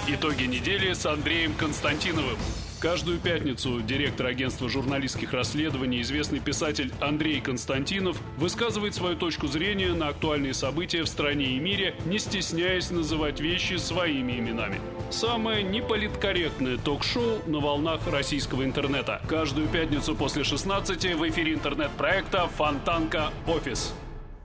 Итоги недели с Андреем Константиновым. Каждую пятницу директор агентства журналистских расследований, известный писатель Андрей Константинов, высказывает свою точку зрения на актуальные события в стране и мире, не стесняясь называть вещи своими именами. Самое неполиткорректное ток-шоу на волнах российского интернета. Каждую пятницу после 16 в эфире интернет-проекта «Фонтанка Офис».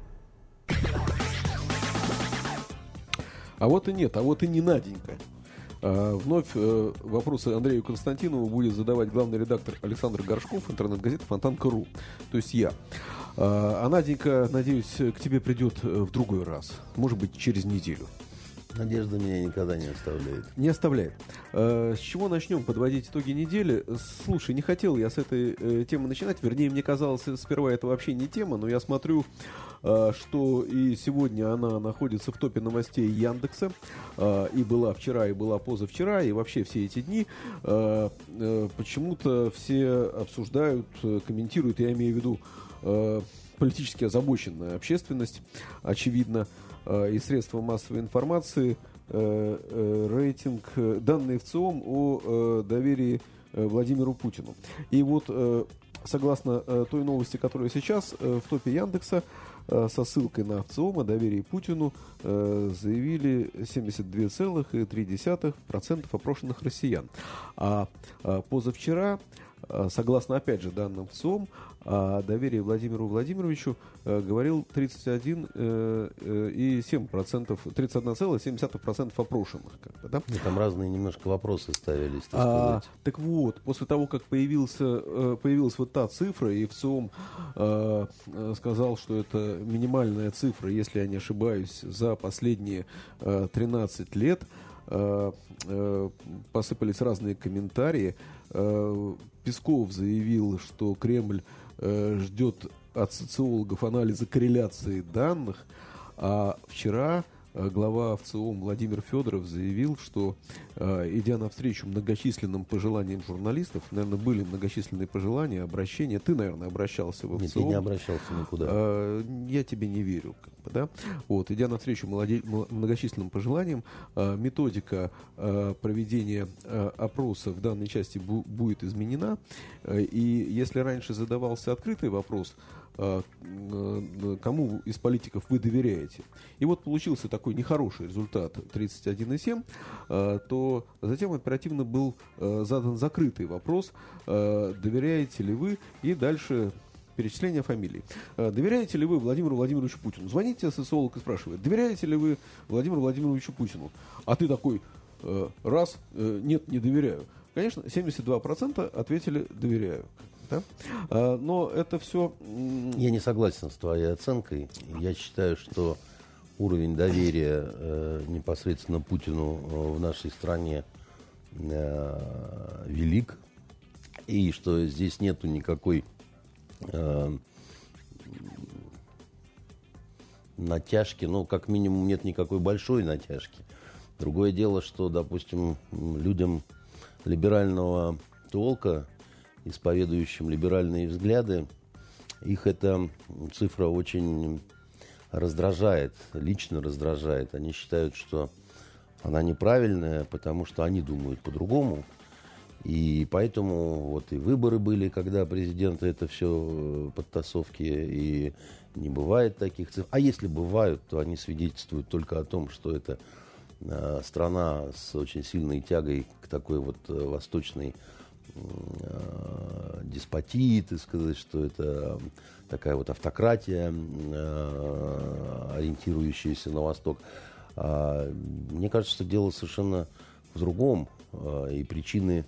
А вот и нет, а вот и не Наденька. Вновь вопросы Андрею Константинову будет задавать главный редактор Александр Горшков, интернет-газеты «Фонтанка.ру», то есть я. А Наденька, надеюсь, к тебе придет в другой раз, может быть, через неделю. Надежда меня никогда не оставляет. Не оставляет. С чего начнем подводить итоги недели? Слушай, не хотел я с этой темы начинать. Вернее, мне казалось, сперва это вообще не тема, но я смотрю, что и сегодня она находится в топе новостей Яндекса. И была вчера, и была позавчера, и вообще все эти дни. Почему-то все обсуждают, комментируют, я имею в виду политически озабоченная общественность, очевидно, и средства массовой информации, рейтинг, данные в ЦИОМ о доверии Владимиру Путину. И вот, согласно той новости, которая сейчас в топе Яндекса, со ссылкой на ВЦИОМ о доверии Путину заявили 72,3% опрошенных россиян. А позавчера, согласно, опять же, данным ВЦИОМ, о доверии Владимиру Владимировичу говорил 31,7% опрошенных. Да? Там разные немножко вопросы ставились, так сказать. Так вот, после того, как появилась вот та цифра, и ВЦИОМ сказал, что это минимальная цифра, если я не ошибаюсь, за последние 13 лет, посыпались разные комментарии. Песков заявил, что Кремль ждет от социологов анализа корреляции данных, а вчера глава ВЦИОМ Владимир Федоров заявил, что, идя навстречу многочисленным пожеланиям журналистов, наверное, были многочисленные пожелания, обращения. Ты, наверное, обращался в ВЦИОМ. Нет, я не обращался никуда. Я тебе не верю. Да? Вот, идя навстречу многочисленным пожеланиям, методика проведения опроса в данной части будет изменена. И если раньше задавался открытый вопрос, кому из политиков вы доверяете, и вот получился такой нехороший результат 31,7, то затем оперативно был задан закрытый вопрос, доверяете ли вы, и дальше перечисление фамилий. Доверяете ли вы Владимиру Владимировичу Путину? Звоните, социолог и спрашивает, доверяете ли вы Владимиру Владимировичу Путину? А ты такой, нет, не доверяю. Конечно, 72% ответили «доверяю». Да? Но это все... Я не согласен с твоей оценкой. Я считаю, что уровень доверия непосредственно Путину в нашей стране велик. И что здесь нету никакой натяжки. Ну, как минимум, нет никакой большой натяжки. Другое дело, что, допустим, людям либерального толка, исповедующим либеральные взгляды, их эта цифра очень раздражает, лично раздражает. Они считают, что она неправильная, потому что они думают по-другому. И поэтому вот и выборы были, когда президенты это все подтасовки, и не бывает таких цифр. А если бывают, то они свидетельствуют только о том, что это страна с очень сильной тягой к такой вот восточной деспотии, так сказать, что это такая вот автократия, ориентирующаяся на восток. Мне кажется, что дело совершенно в другом, и причины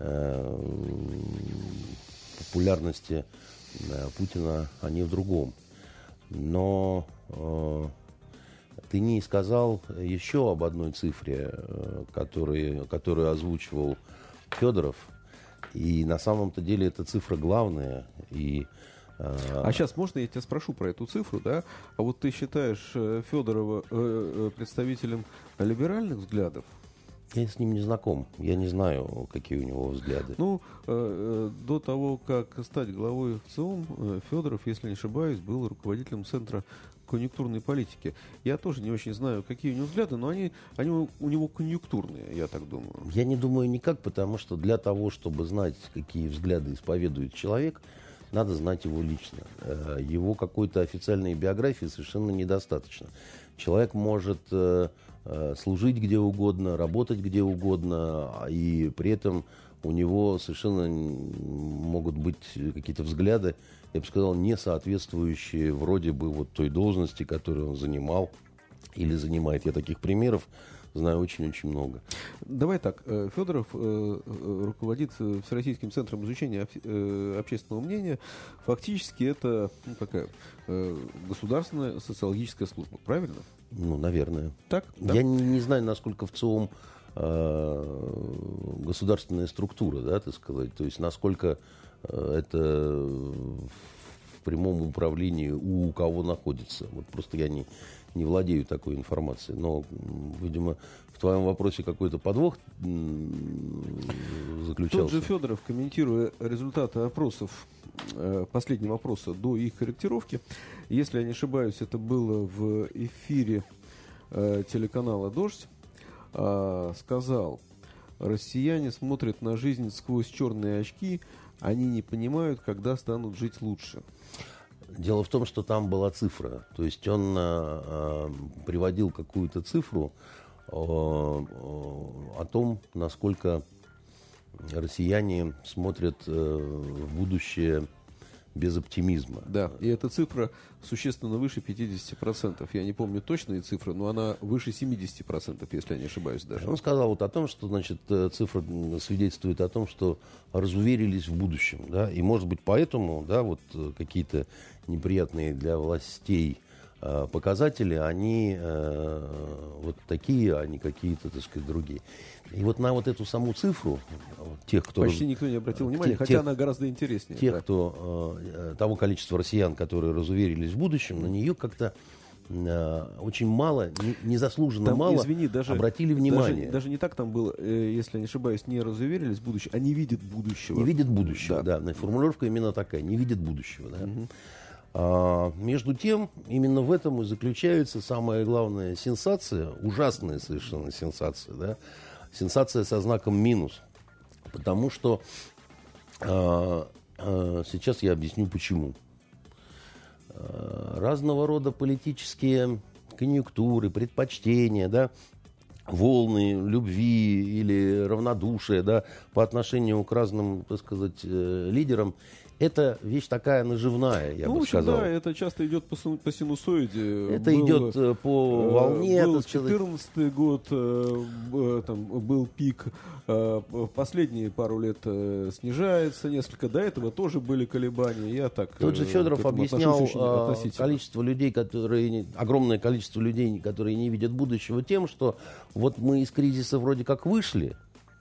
популярности Путина, они в другом. Но ты не сказал еще об одной цифре, которую озвучивал Федоров. И на самом-то деле эта цифра главная. А сейчас можно я тебя спрошу про эту цифру, да? А вот ты считаешь Федорова представителем либеральных взглядов? Я с ним не знаком. Я не знаю, какие у него взгляды. Ну, до того, как стать главой ВЦИОМ, Федоров, если не ошибаюсь, был руководителем Центра конъюнктурной политики. Я тоже не очень знаю, какие у него взгляды, но они у него конъюнктурные, я так думаю. Я не думаю никак, потому что для того, чтобы знать, какие взгляды исповедует человек, надо знать его лично. Его какой-то официальной биографии совершенно недостаточно. Человек может служить где угодно, работать где угодно, и при этом у него совершенно могут быть какие-то взгляды, я бы сказал, не соответствующие вроде бы вот той должности, которую он занимал или занимает. Я таких примеров знаю очень-очень много. Давай так. Федоров руководит Всероссийским центром изучения общественного мнения. Фактически это такая государственная социологическая служба. Правильно? Ну, наверное. Так? Да? Я не знаю, насколько в ЦИОМ государственная структура, да, так сказать. То есть, насколько это в прямом управлении у кого находится. Вот просто я не владею такой информацией. Но, видимо, в твоем вопросе какой-то подвох заключался. Тот же Федоров, комментируя результаты опросов, последнего опроса до их корректировки, если я не ошибаюсь, это было в эфире телеканала «Дождь», сказал: россияне смотрят на жизнь сквозь черные очки, они не понимают, когда станут жить лучше. Дело в том, что там была цифра. То есть он приводил какую-то цифру о том, насколько россияне смотрят в будущее без оптимизма. Да, и эта цифра существенно выше 50%. Я не помню точные цифры, но она выше 70%, если я не ошибаюсь даже. Он сказал вот о том, что, значит, цифра свидетельствует о том, что разуверились в будущем. Да? И, может быть, поэтому, да, вот какие-то неприятные для властей показатели, они вот такие, а не какие-то, так сказать, другие. И вот на вот эту саму цифру тех, кто... Почти никто не обратил внимания, хотя она гораздо интереснее. Тех, кто... Того количества россиян, которые разуверились в будущем, на нее как-то очень мало, незаслуженно там, мало, извини, даже, обратили внимание. Даже не так там было, если я не ошибаюсь, не разуверились в будущее, а не видят будущего. Не видят будущего, да. Да. Формулировка именно такая, не видят будущего. Да. Между тем, именно в этом и заключается самая главная сенсация, ужасная совершенно сенсация, да? Сенсация со знаком минус. Потому что сейчас я объясню почему. Разного рода политические конъюнктуры, предпочтения, да, волны любви или равнодушия, да, по отношению к разным, так сказать, лидерам, это вещь такая наживная, я бы сказал. Да, это часто идет по синусоиде. Это идет по волне. Был 2014 год, там был пик, последние пару лет снижается несколько, до этого тоже были колебания. Я так Тот же Федоров объяснял количество людей, огромное количество людей, которые не видят будущего, тем, что вот мы из кризиса вроде как вышли,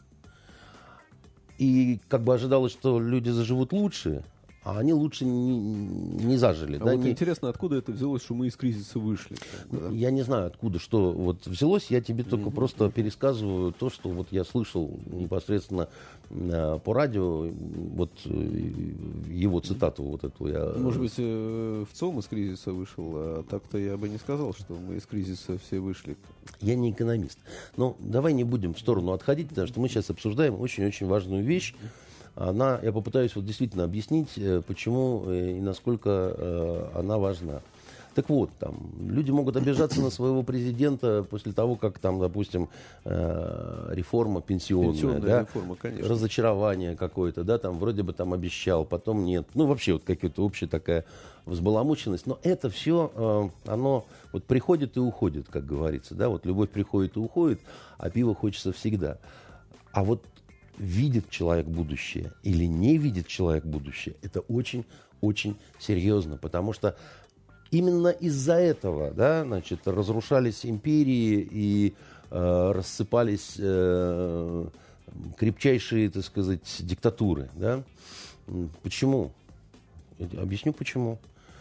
и как бы ожидалось, что люди заживут лучше, а они лучше не зажили. А да, вот интересно, откуда это взялось, что мы из кризиса вышли? Я не знаю, откуда, что вот взялось. Я тебе только просто пересказываю то, что вот я слышал непосредственно по радио. Вот его цитату вот эту я... Может быть, в ЦИОМ из кризиса вышел, а так-то я бы не сказал, что мы из кризиса все вышли. Я не экономист. Но давай не будем в сторону отходить, потому что мы сейчас обсуждаем очень-очень важную вещь. Я попытаюсь вот действительно объяснить, почему и насколько она важна. Так вот, там, люди могут обижаться на своего президента после того, как там, допустим, реформа пенсионная, да, реформа, конечно. Разочарование какое-то, да, там вроде бы там обещал, потом нет. Ну, вообще вот какая-то общая такая взбаламученность. Но это все, оно вот приходит и уходит, как говорится, да, вот любовь приходит и уходит, а пиво хочется всегда. А вот видит человек будущее или не видит человек будущее, это очень-очень серьезно, потому что именно из-за этого, да, значит, разрушались империи и рассыпались крепчайшие, так сказать, диктатуры, да. Почему? Объясню почему.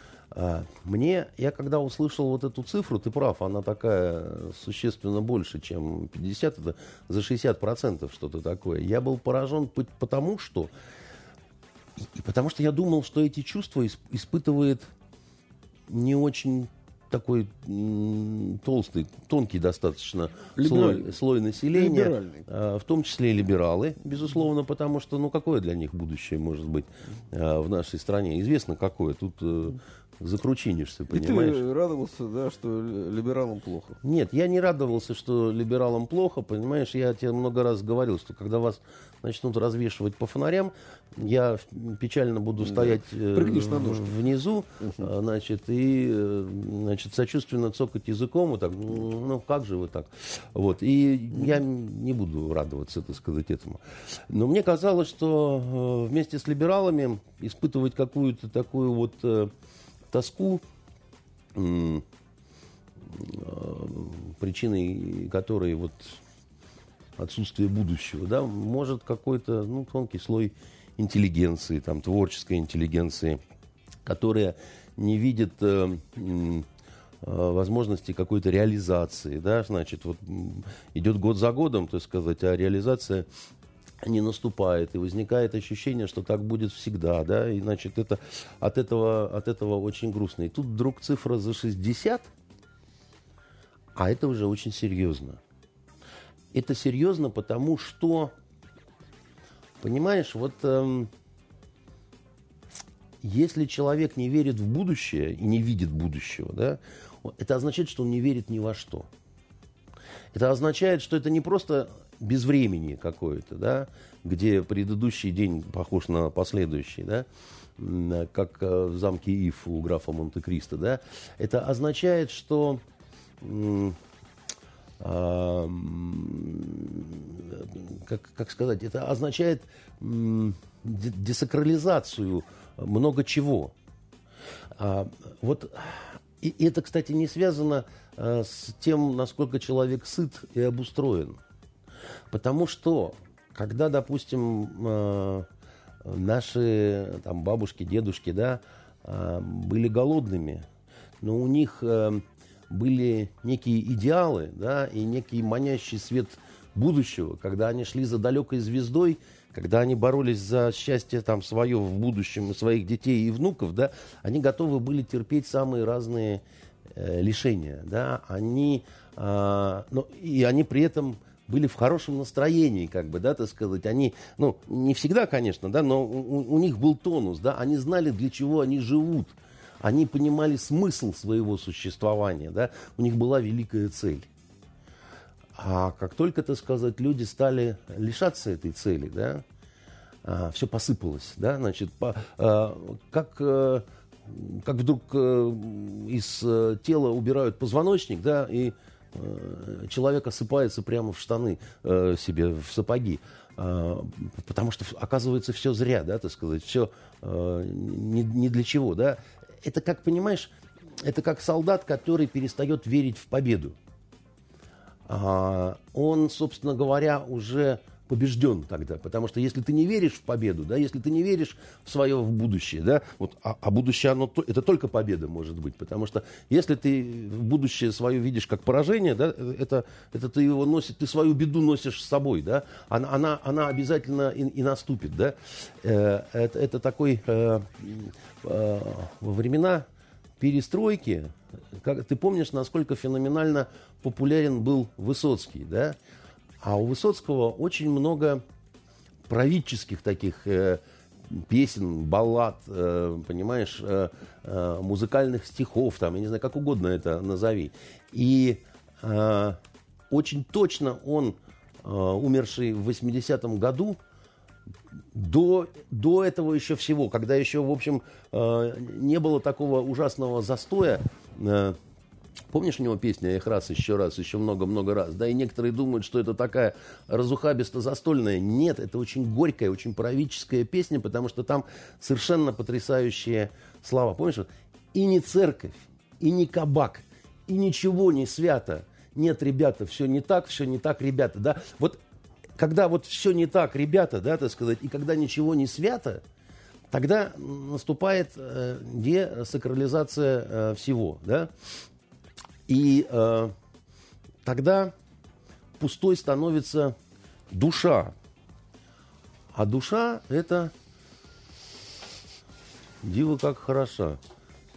Я когда услышал вот эту цифру, ты прав, она такая существенно больше, чем 50, это за 60% что-то такое. Я был поражен потому что я думал, что эти чувства испытывает не очень такой толстый, тонкий достаточно слой населения, в том числе и либералы, безусловно, потому что, ну, какое для них будущее может быть в нашей стране? Известно, какое. Тут закручинишься, понимаешь? И ты радовался, да, что либералам плохо? Нет, я не радовался, что либералам плохо, понимаешь? Я тебе много раз говорил, что когда вас начнут развешивать по фонарям, я печально буду стоять внизу, значит, и сочувственно цокать языком, и так, ну, как же вы так? Вот, и я не буду радоваться, так сказать, этому. Но мне казалось, что вместе с либералами испытывать какую-то такую вот тоску, причиной которой вот отсутствие будущего, да, может какой-то, ну, тонкий слой интеллигенции, там, творческой интеллигенции, которая не видит возможности какой-то реализации, да, значит, вот идет год за годом, так сказать, а реализация не наступает, и возникает ощущение, что так будет всегда, да, и, значит, это от этого очень грустно. И тут вдруг цифра за 60, а это уже очень серьезно. Это серьезно, потому что, понимаешь, вот если человек не верит в будущее и не видит будущего, да, это означает, что он не верит ни во что. Это означает, что это не просто безвременье какое-то, да, где предыдущий день похож на последующий, да, как в замке Иф у графа Монте-Кристо, да. Это означает, что как сказать, это означает десакрализацию много чего. Вот, и это, кстати, не связано с тем, насколько человек сыт и обустроен. Потому что, когда, допустим, наши там, бабушки, дедушки, да, были голодными, но у них были некие идеалы, да, и некий манящий свет будущего, когда они шли за далекой звездой, когда они боролись за счастье там, свое в будущем и своих детей и внуков, да, они готовы были терпеть самые разные лишения. Да, они, и они при этом были в хорошем настроении, как бы, да, так сказать. Они, ну, не всегда, конечно, да, но у них был тонус, да, они знали, для чего они живут. Они понимали смысл своего существования, да, у них была великая цель. А как только, так сказать, люди стали лишаться этой цели, да, все посыпалось, да, значит, как вдруг из тела убирают позвоночник, да, и человек осыпается прямо в штаны себе, в сапоги. Потому что, оказывается, все зря, да, так сказать, все не для чего, да. Это, как понимаешь, это как солдат, который перестает верить в победу. Он, собственно говоря, уже побежден тогда. Потому что если ты не веришь в победу, да, если ты не веришь в свое в будущее, да, вот, а будущее, это только победа может быть. Потому что если ты в будущее свое видишь как поражение, да, это ты его носишь, ты свою беду носишь с собой, да, она обязательно и наступит, да. Это такой во времена перестройки, ты помнишь, насколько феноменально популярен был Высоцкий, да? А у Высоцкого очень много правительских таких песен, баллад, понимаешь, музыкальных стихов, там, я не знаю, как угодно это назови. И очень точно он, умерший в 80-м году, до этого еще всего, когда еще, в общем, не было такого ужасного застоя. Помнишь у него песня «Эх, раз, еще много-много раз», да, и некоторые думают, что это такая разухабисто-застольная. Нет, это очень горькая, очень правительская песня, потому что там совершенно потрясающие слова. Помнишь, и не церковь, и не кабак, и ничего не свято. Нет, ребята, все не так, ребята, да. Вот когда вот все не так, ребята, да, так сказать, и когда ничего не свято, тогда наступает десакрализация всего, да. И тогда пустой становится душа. А душа – это диво как хороша.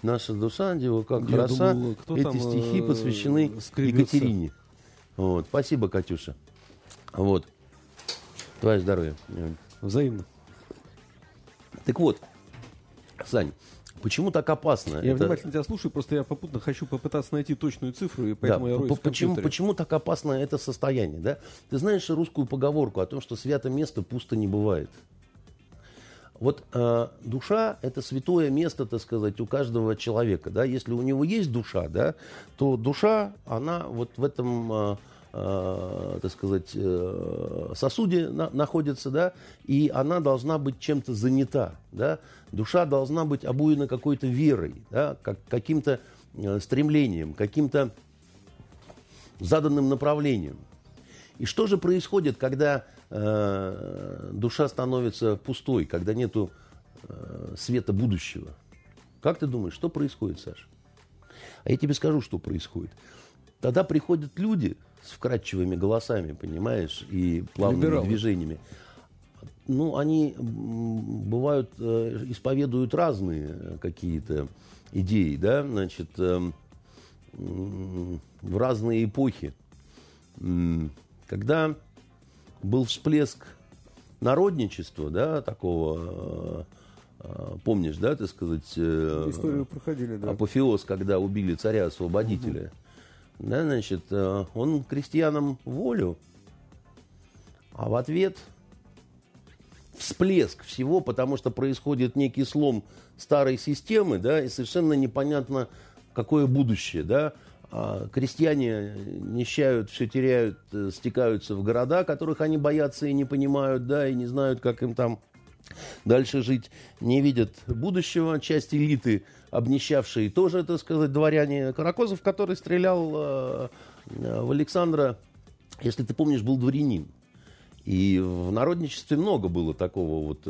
Наша душа, дева, как Я хороша. думал, кто Эти там, стихи посвящены скребется. Екатерине. Вот. Спасибо, Катюша. Вот. Твое здоровье. Взаимно. Так вот, Сань, почему так опасно? Я внимательно тебя слушаю, просто я попутно хочу попытаться найти точную цифру, и Да, поэтому я роюсь в компьютере. почему так опасно это состояние, да? Ты знаешь русскую поговорку о том, что свято место пусто не бывает. Вот душа – это святое место, так сказать, у каждого человека, да? Если у него есть душа, да, то душа, она вот в этом, так сказать, сосуде находится, да, и она должна быть чем-то занята, да? Душа должна быть обуяна какой-то верой, да, каким-то стремлением, каким-то заданным направлением. И что же происходит, когда душа становится пустой, когда нету света будущего? Как ты думаешь, что происходит, Саша? А я тебе скажу, что происходит. Тогда приходят люди с вкрадчивыми голосами, понимаешь, и плавными Либералы. движениями. Ну, они бывают, исповедуют разные какие-то идеи, да, значит, в разные эпохи. Когда был всплеск народничества, да, такого, помнишь, да, так сказать, Историю проходили, да. апофеоз, когда убили царя-освободителя, да, значит, он крестьянам волю, а в ответ всплеск всего, потому что происходит некий слом старой системы, да, и совершенно непонятно, какое будущее, да. Крестьяне нищают, все теряют, стекаются в города, которых они боятся и не понимают, да, и не знают, как им там дальше жить, не видят будущего. Часть элиты, обнищавшие, тоже, так сказать, дворяне. Каракозов, который стрелял в Александра, если ты помнишь, был дворянин. И в народничестве много было такого вот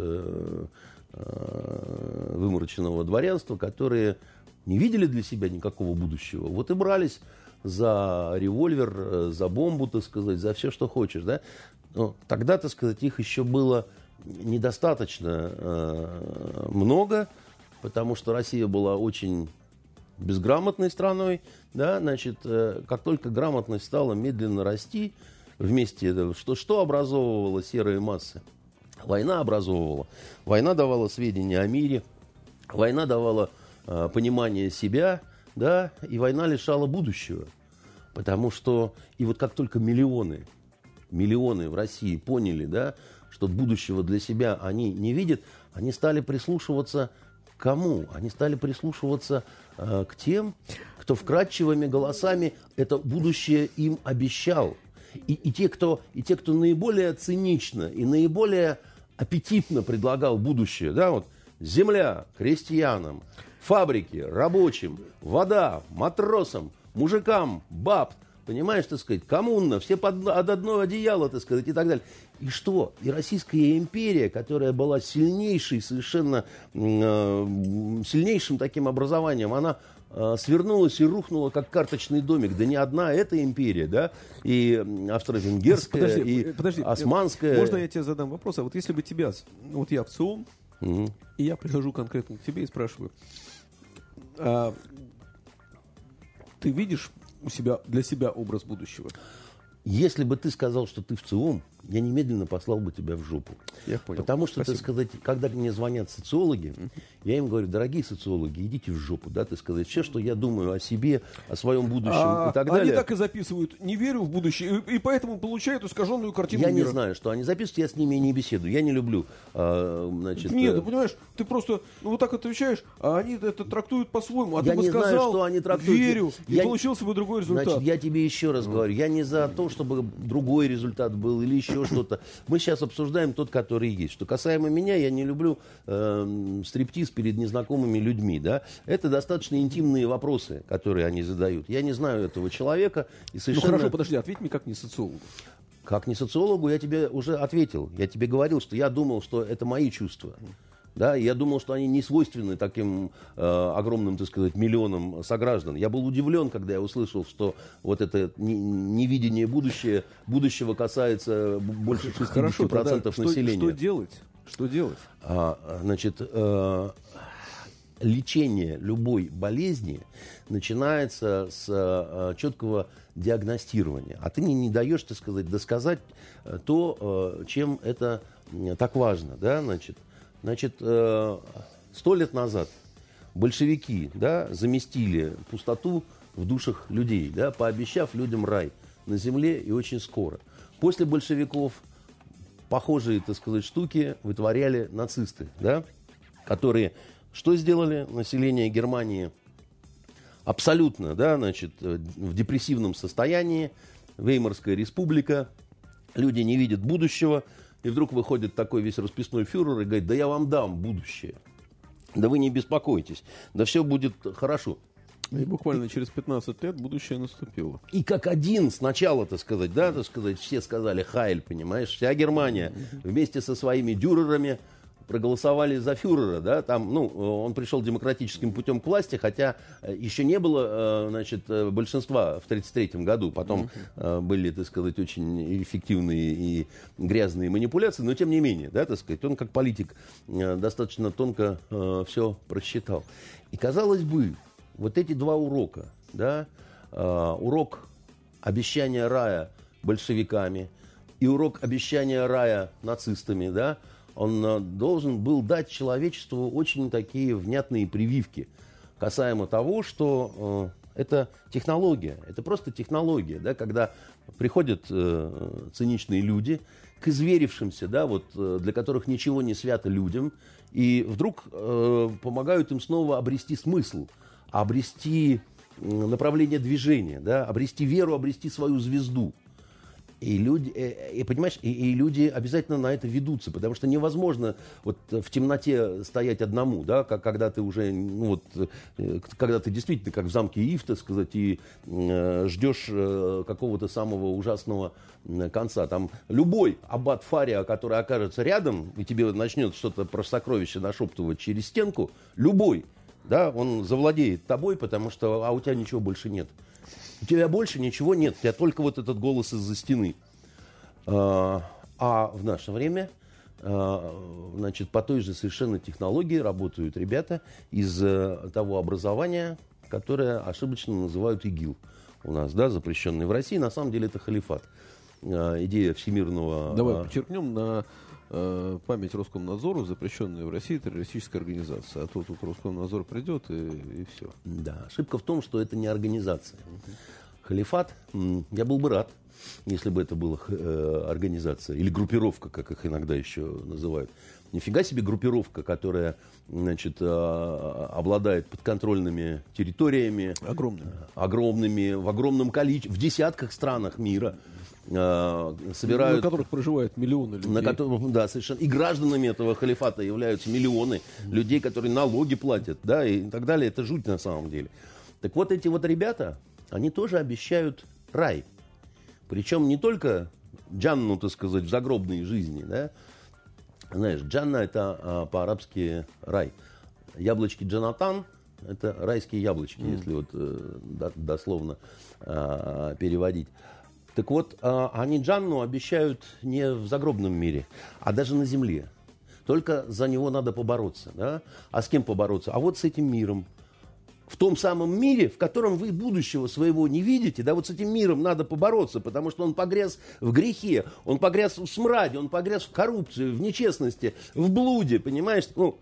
вымороченного дворянства, которые не видели для себя никакого будущего. Вот и брались за револьвер, за бомбу, так сказать, за все, что хочешь. Да? Но тогда, так сказать, их еще было недостаточно много, потому что Россия была очень безграмотной страной. Да? Значит, как только грамотность стала медленно расти, вместе, что образовывало серые массы? Война образовывала. Война давала сведения о мире, война давала понимание себя, да, и война лишала будущего. Потому что, и вот как только миллионы в России поняли, да, что будущего для себя они не видят, они стали прислушиваться к кому? Они стали прислушиваться к тем, кто вкрадчивыми голосами это будущее им обещал. И те, кто наиболее цинично и наиболее аппетитно предлагал будущее, да, вот земля крестьянам, фабрики рабочим, вода матросам, мужикам, баб, понимаешь, так сказать, коммуна, все под одно одеяло, так сказать, и так далее. И что? И Российская империя, которая была сильнейшей, совершенно сильнейшим таким образованием, она свернулась и рухнула, как карточный домик. Да не одна эта империя, да, и австро-венгерская, и османская. Можно я тебе задам вопрос? А вот если бы тебя, вот я в ЦИОМ, и я прихожу конкретно к тебе и спрашиваю, ты видишь у себя, для себя образ будущего? Если бы ты сказал, что ты в ЦИОМ, я немедленно послал бы тебя в жопу. Я понял. Потому что, Спасибо. так сказать, когда мне звонят социологи, я им говорю, дорогие социологи, идите в жопу, да, так сказать, все, что я думаю о себе, о своем будущем и так далее. Они так и записывают, не верю в будущее, и поэтому получают искаженную картину Я мира. не знаю, что они записывают, я с ними не беседую, я не люблю, значит... Нет, ты понимаешь, ты просто вот так отвечаешь, а они это трактуют по-своему, а Я ты бы не сказал, знаю, что они трактуют. верю, и Я- получился бы другой результат. Значит, я тебе еще раз говорю, я не за то, чтобы другой результат был или еще что-то. Мы сейчас обсуждаем тот, который есть. Что касаемо меня, я не люблю стриптиз перед незнакомыми людьми. Да? Это достаточно интимные вопросы, которые они задают. Я не знаю этого человека. И Ну совершенно... хорошо, подожди, ответь мне как не социологу. Как не социологу, я тебе уже ответил. Я тебе говорил, что я думал, что это мои чувства. Да, и я думал, что они не свойственны таким огромным, так сказать, миллионам сограждан. Я был удивлен, когда я услышал, что вот это невидение будущего касается больше 60% Хорошо, тогда населения. что делать? Что делать? Значит, лечение любой болезни начинается с четкого диагностирования. А ты не даешь, так сказать, досказать то, чем это так важно. Да? Значит, 100 лет назад большевики, да, заместили пустоту в душах людей, да, пообещав людям рай на земле и очень скоро. После большевиков похожие, так сказать, штуки вытворяли нацисты, да, которые что сделали? Население Германии абсолютно, да, значит, в депрессивном состоянии, Веймарская республика, люди не видят будущего, и вдруг выходит такой весь расписной фюрер и говорит: да я вам дам будущее, да вы не беспокойтесь, да все будет хорошо. И буквально через 15 лет будущее наступило. И как один сначала, так сказать, да, так сказать, все сказали «Хайль», понимаешь, вся Германия вместе со своими дюрерами проголосовали за фюрера, да, там, ну, он пришел демократическим путем к власти, хотя еще не было, значит, большинства в 1933 году, потом были, так сказать, очень эффективные и грязные манипуляции, но тем не менее, да, так сказать, он как политик достаточно тонко все просчитал. И, казалось бы, вот эти два урока, да, урок обещания рая большевиками и урок обещания рая нацистами, да, он должен был дать человечеству очень такие внятные прививки касаемо того, что это технология, это просто технология, да, когда приходят циничные люди к изверившимся, да, вот, для которых ничего не свято людям, и вдруг помогают им снова обрести смысл, обрести направление движения, да, обрести веру, обрести свою звезду. И люди, понимаешь, и люди обязательно на это ведутся, потому что невозможно вот в темноте стоять одному, да, когда ты уже, ну, вот, когда ты действительно как в замке Иф, так сказать, и ждешь какого-то самого ужасного конца. Там любой аббат Фария, который окажется рядом и тебе начнет что-то про сокровища нашептывать через стенку, любой, да, он завладеет тобой, потому что, а у тебя ничего больше нет. У тебя больше ничего нет, у тебя только вот этот голос из-за стены. А в наше время, значит, по той же совершенно технологии работают ребята из того образования, которое ошибочно называют ИГИЛ у нас, да, запрещенный в России. На самом деле это халифат. Идея всемирного... Давай подчеркнем на память Роскомнадзору, запрещенная в России террористическая организация. А то тут Роскомнадзор придет и все. Да, ошибка в том, что это не организация. Халифат, я был бы рад, если бы это была организация или группировка, как их иногда еще называют. Нифига себе группировка, которая, значит, обладает подконтрольными территориями. Огромными, в огромном количестве, в десятках странах мира. Собирают, на которых проживают миллионы людей. Да, совершенно. И гражданами этого халифата являются миллионы людей, которые налоги платят, да, и так далее. Это жуть на самом деле. Так вот, эти вот ребята, они тоже обещают рай. Причем не только джанну, так сказать, в загробной жизни, да. Знаешь, джанна — это по-арабски рай. Яблочки Джанатан — это райские яблочки, если вот дословно переводить. Так вот, они джанну обещают не в загробном мире, а даже на земле. Только за него надо побороться. Да? А с кем побороться? А вот с этим миром. В том самом мире, в котором вы будущего своего не видите, да, вот с этим миром надо побороться, потому что он погряз в грехе, он погряз в смраде, он погряз в коррупции, в нечестности, в блуде, понимаешь? Ну,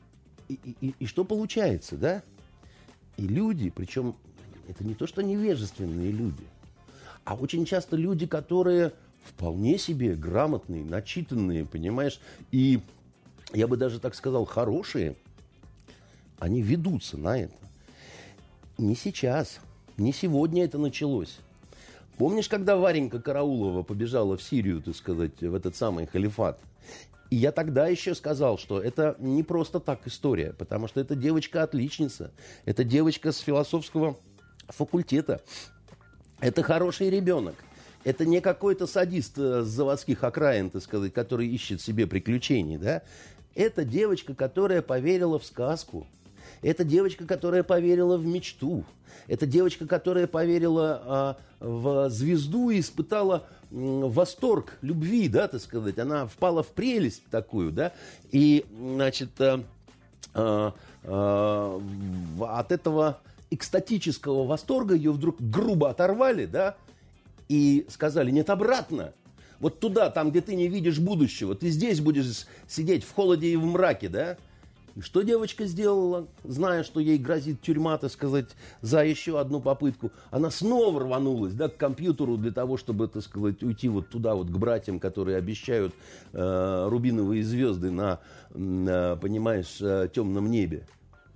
и что получается, да? И люди, причем это не то, что невежественные люди, а очень часто люди, которые вполне себе грамотные, начитанные, понимаешь, и, я бы даже так сказал, хорошие, они ведутся на это. Не сейчас, не сегодня это началось. Помнишь, когда Варенька Караулова побежала в Сирию, так сказать, в этот самый халифат? И я тогда еще сказал, что это не просто так история, потому что это девочка-отличница, это девочка с философского факультета. Это хороший ребенок. Это не какой-то садист с заводских окраин, так сказать, который ищет себе приключений, да? Это девочка, которая поверила в сказку. Это девочка, которая поверила в мечту. Это девочка, которая поверила в звезду и испытала восторг любви, да, так сказать. Она впала в прелесть такую, да. И, значит, от этого экстатического восторга ее вдруг грубо оторвали, да, и сказали: нет, обратно. Вот туда, там, где ты не видишь будущего, ты здесь будешь сидеть в холоде и в мраке, да? И что девочка сделала, зная, что ей грозит тюрьма, так сказать, за еще одну попытку? Она снова рванулась, да, к компьютеру для того, чтобы, так сказать, уйти вот туда, вот к братьям, которые обещают рубиновые звезды на, понимаешь, темном небе.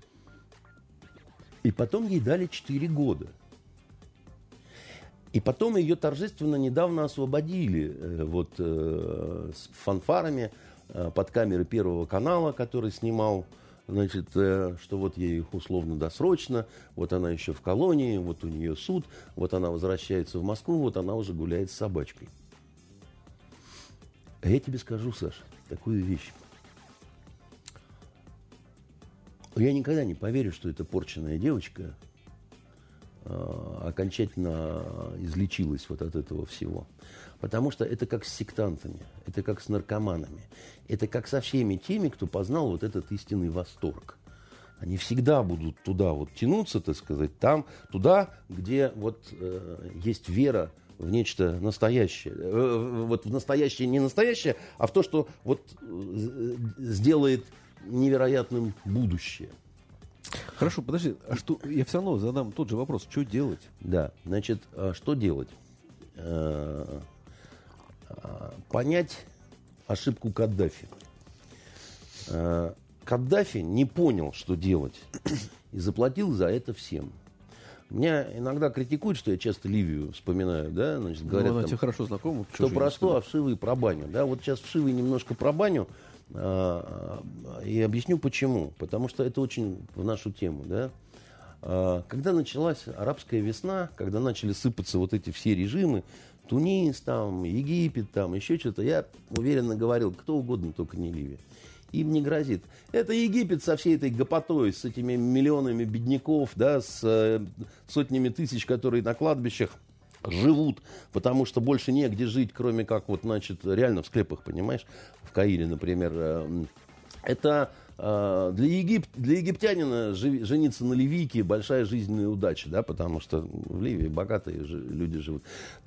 И потом ей дали 4 года. И потом ее торжественно недавно освободили вот, с фанфарами под камеры Первого канала, который снимал, значит, что вот ей условно-досрочно, вот она еще в колонии, вот у нее суд, вот она возвращается в Москву, вот она уже гуляет с собачкой. А я тебе скажу, Саша, такую вещь. Я никогда не поверю, что эта порченная девочка окончательно излечилась вот от этого всего. Потому что это как с сектантами, это как с наркоманами, это как со всеми теми, кто познал вот этот истинный восторг. Они всегда будут туда вот тянуться, так сказать, там, туда, где вот есть вера в нечто настоящее. Вот в настоящее, не настоящее, а в то, что вот сделает невероятным будущее. Хорошо, подожди, а что, я все равно задам тот же вопрос, что делать? Да, значит, что делать? Понять ошибку Каддафи. Каддафи не понял, что делать, и заплатил за это всем. Меня иногда критикуют, что я часто Ливию вспоминаю, да, значит, говорят, она там, тебе хорошо знакома. что про что, а вшивый про баню. Да, вот сейчас вшивый немножко про баню, и объясню почему. Потому что это очень в нашу тему, да. Когда началась арабская весна, когда начали сыпаться вот эти все режимы, Тунис, там, Египет, там, еще что-то, я уверенно говорил, кто угодно, только не Ливия. Им не грозит. Это Египет со всей этой гопотой, с этими миллионами бедняков, да, с сотнями тысяч, которые на кладбищах живут, потому что больше негде жить, кроме как вот, значит, реально в склепах, понимаешь, в Каире, например. Это для египтянина жениться на ливийке большая жизненная удача, да, потому что в Ливии богатые люди живут.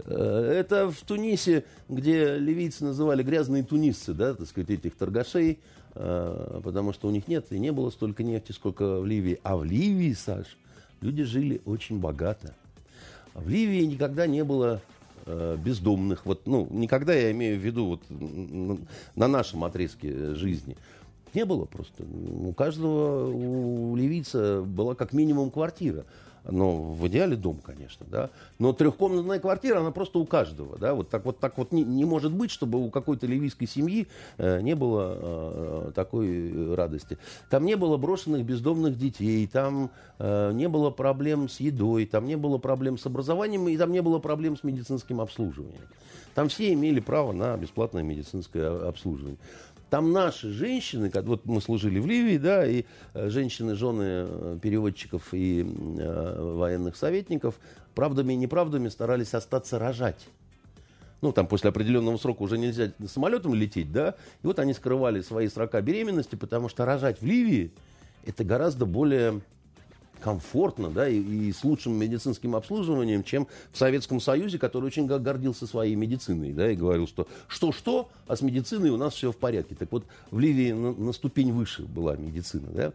Это в Тунисе, где ливийцы называли грязные тунисцы, да, так сказать, этих торгашей, потому что у них нет и не было столько нефти, сколько в Ливии. А в Ливии, Саш, люди жили очень богато. В Ливии никогда не было бездомных. Вот, ну, никогда, я имею в виду вот, на нашем отрезке жизни. Не было просто. У каждого, у ливийца была как минимум квартира. Но в идеале дом, конечно, да. Но трехкомнатная квартира, она просто у каждого, да. Вот так вот не может быть, чтобы у какой-то ливийской семьи не было такой радости. Там не было брошенных бездомных детей, там не было проблем с едой, там не было проблем с образованием, и там не было проблем с медицинским обслуживанием. Там все имели право на бесплатное медицинское обслуживание. Там наши женщины, вот мы служили в Ливии, да, и женщины, жены переводчиков и военных советников, правдами и неправдами старались остаться рожать. Ну, там после определенного срока уже нельзя самолетом лететь, да, и вот они скрывали свои срока беременности, потому что рожать в Ливии это гораздо более комфортно, да, и с лучшим медицинским обслуживанием, чем в Советском Союзе, который очень гордился своей медициной, да, и говорил, что, а с медициной у нас все в порядке. Так вот, в Ливии на ступень выше была медицина, да.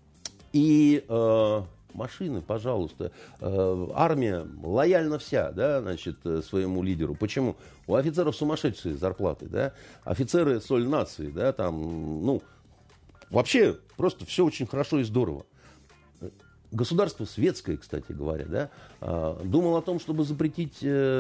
И машины, пожалуйста, армия лояльна вся, да, значит, своему лидеру. Почему? У офицеров сумасшедшие зарплаты, да, офицеры соль нации, да, там, ну, вообще просто все очень хорошо и здорово. Государство светское, кстати говоря, да, думал о том, чтобы запретить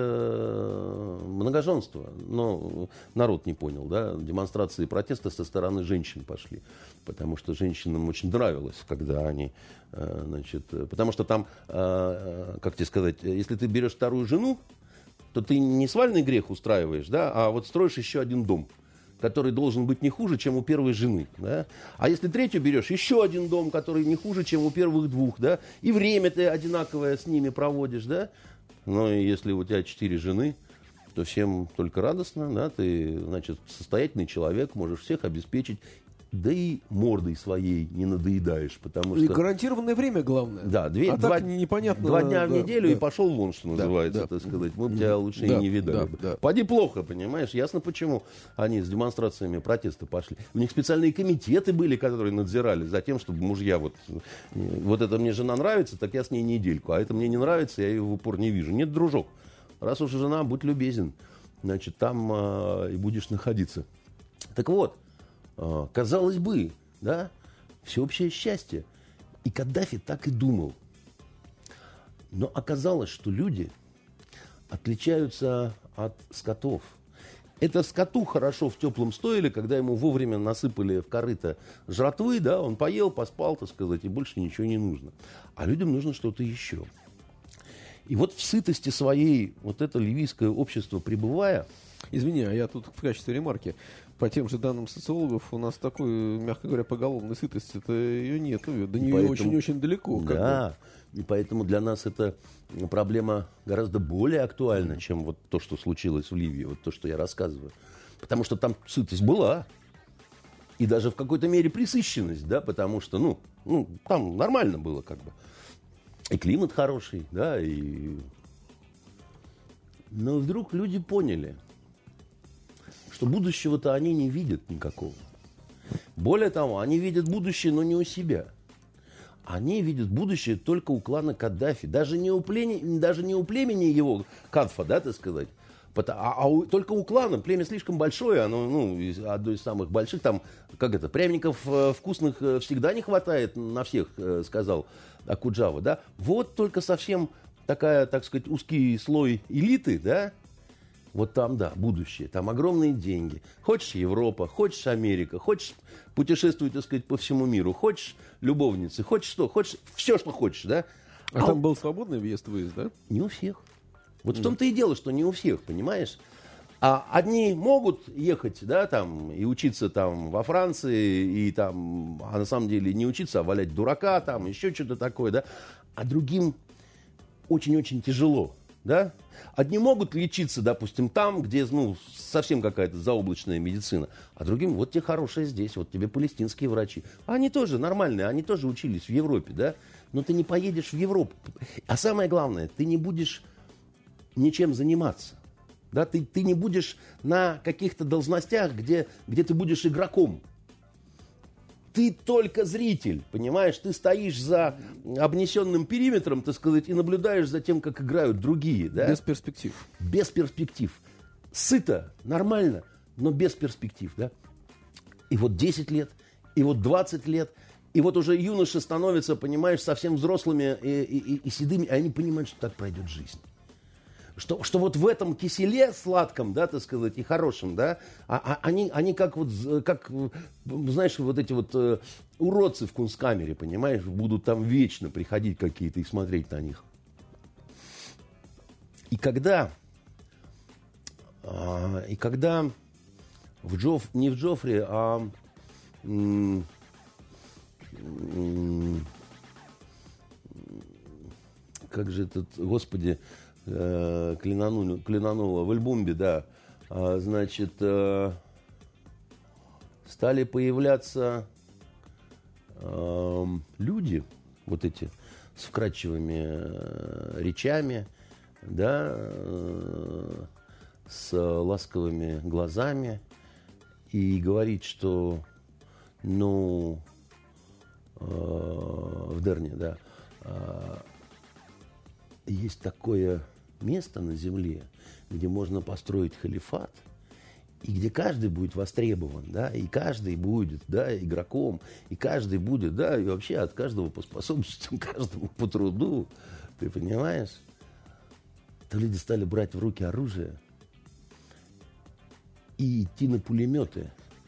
многоженство, но народ не понял, да, демонстрации протеста со стороны женщин пошли, потому что женщинам очень нравилось, когда они, значит, потому что там, как тебе сказать, если ты берешь вторую жену, то ты не свальный грех устраиваешь, да, а вот строишь еще один дом, который должен быть не хуже, чем у первой жены. Да? А если третью берешь, еще один дом, который не хуже, чем у первых двух. Да? И время ты одинаковое с ними проводишь. Да? Но если у тебя 4 жены, то всем только радостно. Да? Ты, значит, состоятельный человек, можешь всех обеспечить. да и мордой своей не надоедаешь, потому что... И гарантированное время главное. Да, непонятно. 2 дня в неделю и да. пошел вон, что называется, так сказать. Мы бы тебя лучше и не видали. Да. Поди плохо, понимаешь? Ясно, почему они с демонстрациями протеста пошли. У них специальные комитеты были, которые надзирали за тем, чтобы мужья вот это мне жена нравится, так я с ней недельку, а это мне не нравится, я ее в упор не вижу. Нет, дружок, раз уж жена, будь любезен, значит, там и будешь находиться. Так вот, казалось бы, да, всеобщее счастье. И Каддафи так и думал. Но оказалось, что люди отличаются от скотов. Это скоту хорошо в теплом стойле, когда ему вовремя насыпали в корыто жратвы, да, он поел, поспал, так сказать, и больше ничего не нужно. А людям нужно что-то еще. И вот в сытости своей вот это ливийское общество пребывая... Извини, а я тут в качестве ремарки. По тем же данным социологов, у нас такой, мягко говоря, поголовной сытости-то ее нету. До нее очень-очень далеко. Да, и поэтому для нас эта проблема гораздо более актуальна, чем вот то, что случилось в Ливии, вот то, что я рассказываю. Потому что там сытость была. И даже в какой-то мере пресыщенность, да, потому что, ну, там нормально было как бы. И климат хороший, да, и... Но вдруг люди поняли, что будущего-то они не видят никакого. Более того, они видят будущее, но не у себя. Они видят будущее только у клана Каддафи. Даже не у племени его Кадфа, да, так сказать. Только у клана. Племя слишком большое, оно, одно из самых больших. Там, пряников вкусных всегда не хватает на всех, сказал Акуджава, да. Вот только совсем такая, так сказать, узкий слой элиты, да. Вот там, да, будущее. Там огромные деньги. Хочешь Европа, хочешь Америка, хочешь путешествовать, так сказать, по всему миру, хочешь любовницы, хочешь что, хочешь все, что хочешь, да. А там был свободный въезд-выезд, да? Не у всех. Вот в том-то и дело, что не у всех, понимаешь? А одни могут ехать, да, там, и учиться там во Франции, и там, а на самом деле не учиться, а валять дурака, там, еще что-то такое, да. А другим очень-очень тяжело, да. Одни могут лечиться, допустим, там, где, совсем какая-то заоблачная медицина, а другим, вот тебе хорошее здесь, вот тебе палестинские врачи. Они тоже нормальные, они тоже учились в Европе, да. Но ты не поедешь в Европу. А самое главное, ты не будешь ничем заниматься. Да? Ты не будешь на каких-то должностях, где ты будешь игроком. Ты только зритель, понимаешь? Ты стоишь за обнесенным периметром, так сказать, и наблюдаешь за тем, как играют другие. Да? Без перспектив. Без перспектив. Сыто, нормально, но без перспектив. Да? И вот 10 лет, и вот 20 лет, и вот уже юноши становятся, понимаешь, совсем взрослыми и седыми, и они понимают, что так пройдет жизнь. Что вот в этом киселе сладком, да, так сказать, и хорошем, да, они как знаешь, вот эти вот уродцы в кунсткамере, понимаешь, будут там вечно приходить какие-то и смотреть на них. И когда не в Джофри, а как же этот, господи, Клинанула в Эльбумбе, да, значит, стали появляться люди, вот эти, с вкрадчивыми речами, да, с ласковыми глазами, и говорить, что, в Дерне, да, есть такое место на земле, где можно построить халифат, и где каждый будет востребован, да, и каждый будет, да, игроком, и каждый будет, да, и вообще от каждого по способностям, каждому по труду, ты понимаешь? То люди стали брать в руки оружие и идти на пулеметы.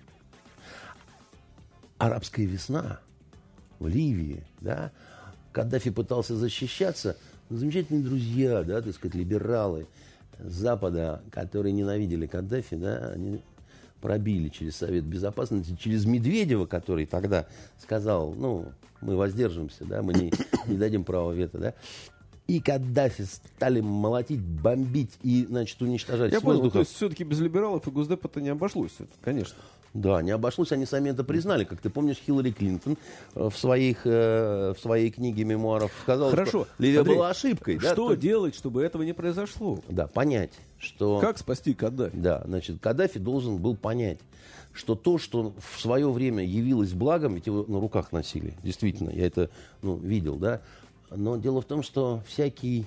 Арабская весна в Ливии, да, Каддафи пытался защищаться. Замечательные друзья, да, так сказать, либералы Запада, которые ненавидели Каддафи, да, они пробили через Совет Безопасности, через Медведева, который тогда сказал, мы воздержимся, да, мы не дадим права вето, да. И Каддафи стали молотить, бомбить и, значит, уничтожать Я с воздуха. понял, то есть все-таки без либералов и Госдепа-то не обошлось, это, конечно. Да, не обошлось, они сами это признали. Как ты помнишь, Хиллари Клинтон в своей книге мемуаров сказала, Хорошо. что Ливия Андрей, была ошибкой. Что делать, чтобы этого не произошло? Да, понять, что... Как спасти Каддафи? Да, значит, Каддафи должен был понять, что то, что в свое время явилось благом, ведь его на руках носили, действительно, я это видел, да, но дело в том, что всякий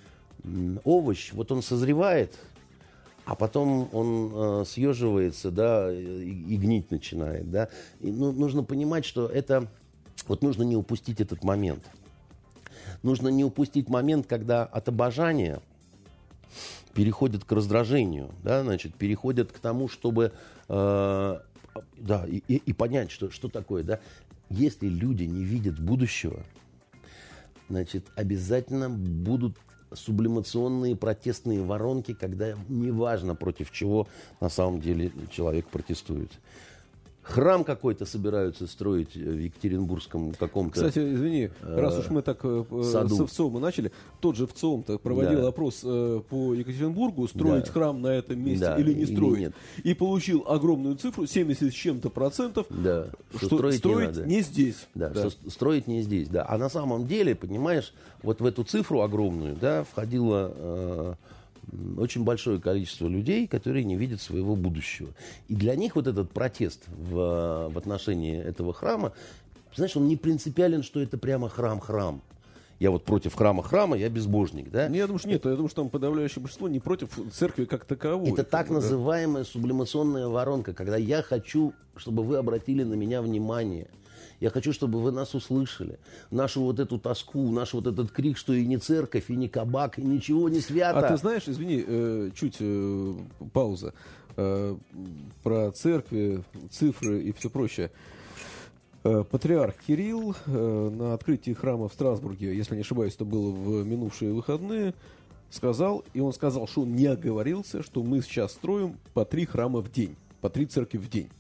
овощ, вот он созревает, а потом он съеживается, да, и гнить начинает, да. И, нужно понимать, что это, вот нужно не упустить этот момент. Нужно не упустить момент, когда от обожания переходят к раздражению, да, значит, переходят к тому, чтобы, да, и понять, что такое, да. Если люди не видят будущего, значит, обязательно будут сублимационные протестные воронки, когда неважно, против чего на самом деле человек протестует. Храм какой-то собираются строить в Екатеринбургском каком-то... Кстати, извини, раз уж мы так с ВЦИОМа начали, тот же ВЦИОМ-то проводил опрос по Екатеринбургу, строить храм на этом месте или не строить. Нет. И получил огромную цифру, 70 с чем-то процентов, что строить не здесь. Да, что строить не здесь, да. А на самом деле, понимаешь, вот в эту цифру огромную, да, входило... очень большое количество людей, которые не видят своего будущего. И для них вот этот протест в отношении этого храма, знаешь, он не принципиален, что это прямо храм-храм. Я вот против храма-храма, я безбожник, да? Я думаю, что нет, я думаю, что там подавляющее большинство не против церкви как таковой. Это так называемая сублимационная воронка, когда я хочу, чтобы вы обратили на меня внимание. Я хочу, чтобы вы нас услышали. Нашу вот эту тоску, наш вот этот крик, что и не церковь, и не кабак, и ничего не свято. А ты знаешь, извини, чуть пауза. Про церкви, цифры и все прочее. Патриарх Кирилл на открытии храма в Страсбурге, если не ошибаюсь, это было в минувшие выходные, сказал, что он не оговорился, что мы сейчас строим по 3 храма в день, по 3 церкви в день.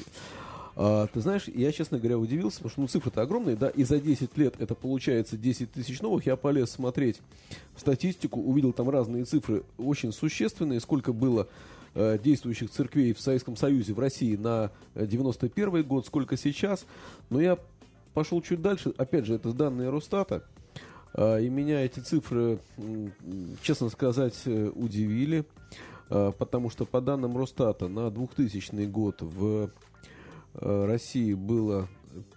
Ты знаешь, я, честно говоря, удивился, потому что цифры-то огромные, да, и за 10 лет это получается 10 тысяч новых. Я полез смотреть в статистику, увидел там разные цифры, очень существенные, сколько было действующих церквей в Советском Союзе, в России на 91 год, сколько сейчас. Но я пошел чуть дальше, опять же, это данные Росстата, и меня эти цифры, честно сказать, удивили, потому что по данным Росстата на 2000 год в России было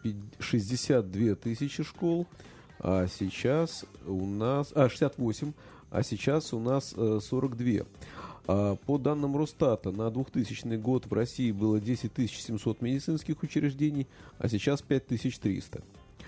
62 тысячи школ, а сейчас у нас... 68, а сейчас у нас 42. По данным Росстата, на 2000 год в России было 10 700 медицинских учреждений, а сейчас 5300.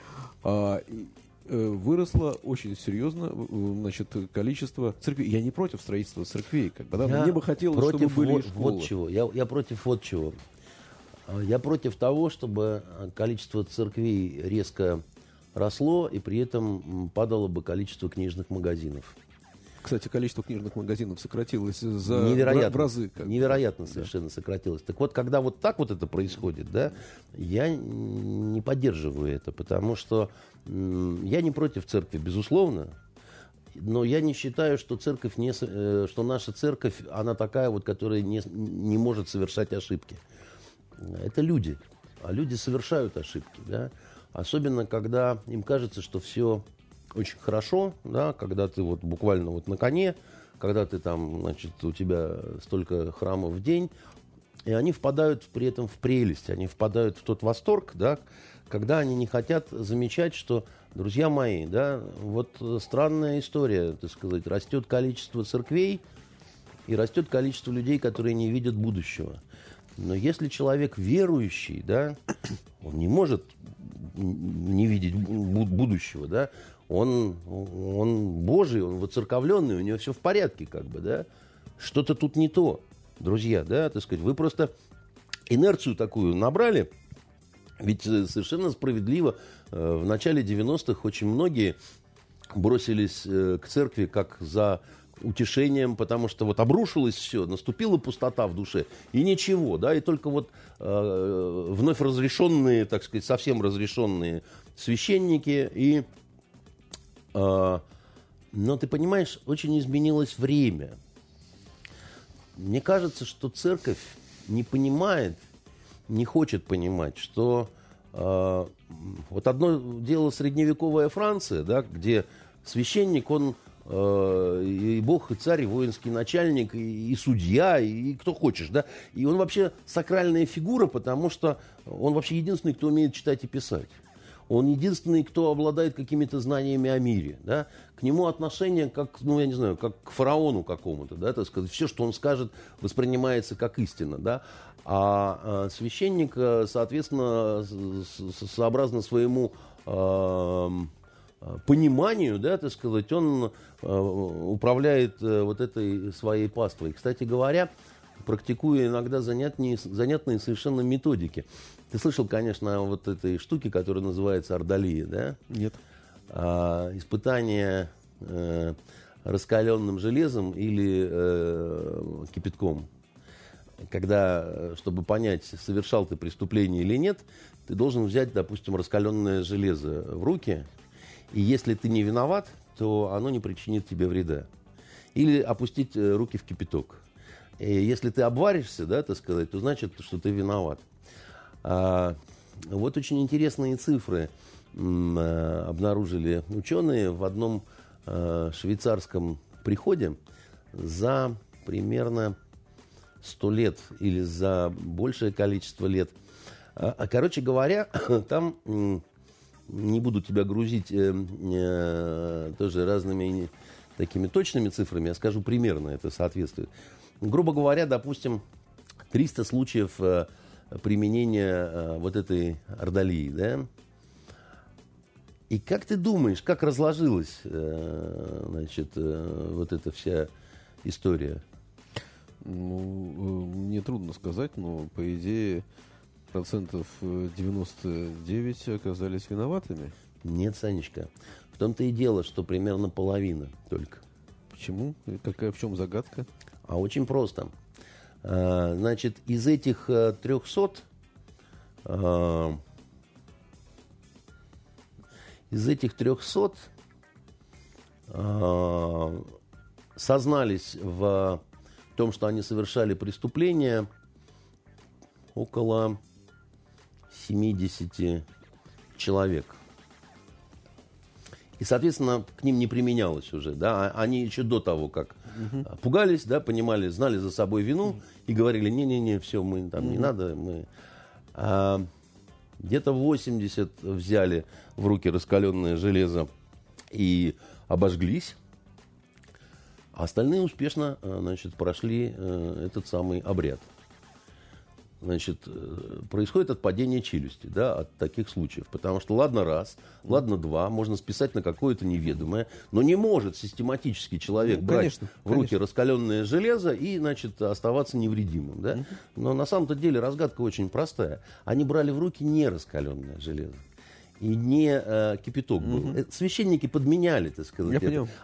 Выросло очень серьезно, значит, количество церквей. Я не против строительства церквей. Мне бы хотелось, чтобы были школы. Вот чего. Я против вот чего. Я против того, чтобы количество церквей резко росло, и при этом падало бы количество книжных магазинов. Кстати, количество книжных магазинов сократилось в разы. Невероятно совершенно сократилось. Так вот, когда вот так вот это происходит, да, я не поддерживаю это, потому что я не против церкви, безусловно, но я не считаю, что что наша церковь, она такая вот, которая не может совершать ошибки. Это люди, а люди совершают ошибки, да? Особенно, когда им кажется, что все очень хорошо, да? Когда ты вот буквально вот на коне, когда ты там, значит, у тебя столько храмов в день, и они впадают при этом в прелесть, они впадают в тот восторг, да? Когда они не хотят замечать, что, друзья мои, да, вот странная история, так сказать, растет количество церквей и растет количество людей, которые не видят будущего. Но если человек верующий, да, он не может не видеть будущего, да, он Божий, он воцерковленный, у него все в порядке, как бы, да. Что-то тут не то, друзья, да, так сказать. Вы просто инерцию такую набрали, ведь совершенно справедливо в начале 90-х очень многие бросились к церкви как за утешением, потому что вот обрушилось все, наступила пустота в душе, и ничего, да, и только вот вновь разрешенные, так сказать, совсем разрешенные священники, и, но ты понимаешь, очень изменилось время. Мне кажется, что церковь не понимает не хочет понимать, что вот одно дело средневековая Франция, да, где священник, он и бог, и царь, и воинский начальник, и судья, и кто хочешь, да, и он вообще сакральная фигура, потому что он вообще единственный, кто умеет читать и писать. Он единственный, кто обладает какими-то знаниями о мире, да. К нему отношение как, ну, я не знаю, как к фараону какому-то, да, так сказать. Все, что он скажет, воспринимается как истина, да. А священник, соответственно, сообразно своему пониманию, да, так сказать, он управляет вот этой своей паствой. Кстати говоря, практикуя иногда занятные совершенно методики. Ты слышал, конечно, о вот этой штуке, которая называется ордалия, да? Нет. Испытание раскаленным железом или кипятком. Когда, чтобы понять, совершал ты преступление или нет, ты должен взять, допустим, раскаленное железо в руки, и если ты не виноват, то оно не причинит тебе вреда. Или опустить руки в кипяток. И если ты обваришься, да, так сказать, то значит, что ты виноват. Вот очень интересные цифры обнаружили ученые в одном швейцарском приходе за примерно 100 лет или за большее количество лет. Короче говоря, там, не буду тебя грузить тоже разными такими точными цифрами, я скажу примерно, это соответствует. Грубо говоря, допустим, 300 случаев применения вот этой ордалии, да? И как ты думаешь, как разложилась, значит, вот эта вся история? Ну, мне трудно сказать, но, по идее, 99% оказались виноватыми. Нет, Санечка. В том-то и дело, что примерно половина только. Почему? В чем загадка? А очень просто. Значит, из этих 300 сознались в том, что они совершали преступления, около 70 человек. И, соответственно, к ним не применялось уже. Да? Они еще до того, как пугались, да, понимали, знали за собой вину и говорили, не-не-не, все, мы там не надо. Мы... Где-то 80 взяли в руки раскаленное железо и обожглись. А остальные успешно, значит, прошли этот самый обряд. Значит, происходит отпадение челюсти, да, от таких случаев. Потому что ладно раз, ладно два, можно списать на какое-то неведомое, но не может систематически человек брать в руки раскаленное железо и, значит, оставаться невредимым. Да? Но на самом-то деле разгадка очень простая. Они брали в руки не раскаленное железо. И не кипяток был. Священники подменяли, так сказать.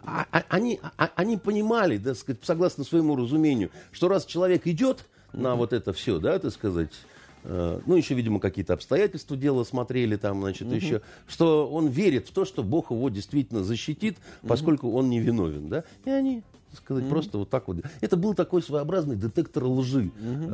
Они понимали, так сказать, согласно своему разумению, что раз человек идет на вот это все, да, так сказать, ну, еще, видимо, какие-то обстоятельства дела смотрели там, значит, еще, что он верит в то, что Бог его действительно защитит, поскольку он не виновен, да, и они, так сказать, просто вот так вот. Это был такой своеобразный детектор лжи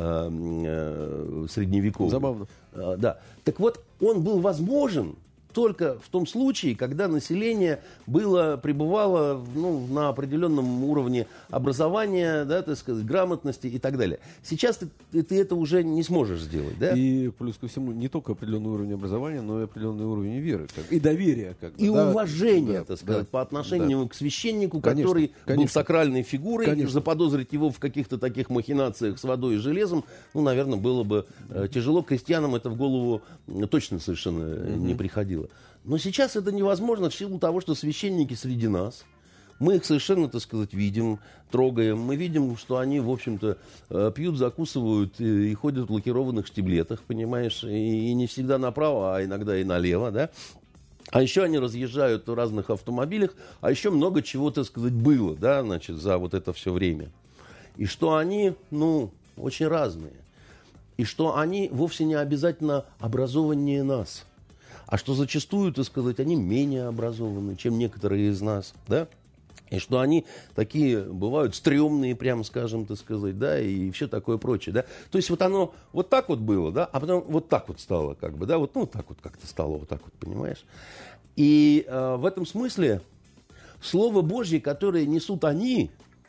средневековый. Забавно. Да. Так вот, он был возможен только в том случае, когда население пребывало на определенном уровне образования, да, так сказать, грамотности и так далее. Сейчас ты это уже не сможешь сделать. Да? И плюс ко всему не только определенный уровень образования, но и определенный уровень веры. И доверия. И уважения, так сказать, по отношению к священнику, который был сакральной фигурой. Заподозрить его в каких-то таких махинациях с водой и железом, наверное, было бы тяжело. Крестьянам это в голову точно совершенно не приходило. Но сейчас это невозможно в силу того, что священники среди нас. Мы их совершенно, так сказать, видим, трогаем. Мы видим, что они, в общем-то, пьют, закусывают и ходят в лакированных штиблетах, понимаешь, и не всегда направо, а иногда и налево, да. А еще они разъезжают в разных автомобилях, а еще много чего, так сказать, было, да, значит, за вот это все время. И что они, очень разные. И что они вовсе не обязательно образованнее нас. А что зачастую, так сказать, они менее образованы, чем некоторые из нас, да? И что они такие бывают стрёмные, прямо скажем, так сказать, да, и все такое прочее, да. То есть вот оно вот так вот было, да, а потом вот так вот стало, как бы, да, вот, ну, так вот как-то стало, вот так вот, понимаешь. И в этом смысле Слово Божье, которое несут они,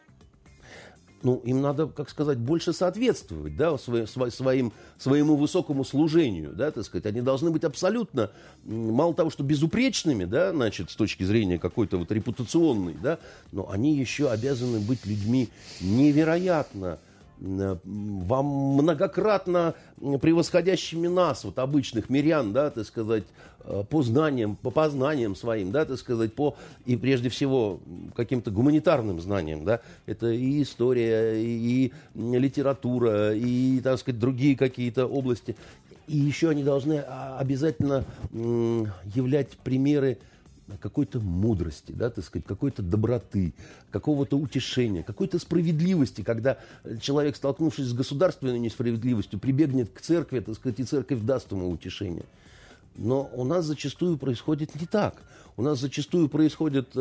ну, им надо, как сказать, больше соответствовать, да, своему высокому служению, да, так сказать. Они должны быть абсолютно, мало того, что безупречными, да, значит, с точки зрения какой-то вот репутационной, да, но они еще обязаны быть людьми невероятно, вам многократно превосходящими нас, вот обычных мирян, да, так сказать, по знаниям, по познаниям своим, да, так сказать, и прежде всего каким-то гуманитарным знаниям, да, это и история, и литература, и, так сказать, другие какие-то области. И еще они должны обязательно являть примеры какой-то мудрости, да, так сказать, какой-то доброты, какого-то утешения, какой-то справедливости, когда человек, столкнувшись с государственной несправедливостью, прибегнет к церкви, так сказать, и церковь даст ему утешение. Но у нас зачастую происходит не так. У нас зачастую происходит,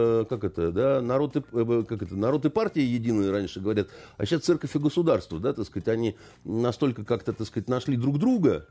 народ и партия единые раньше говорят, а сейчас церковь и государство, да, так сказать, они настолько как-то, так сказать, нашли друг друга,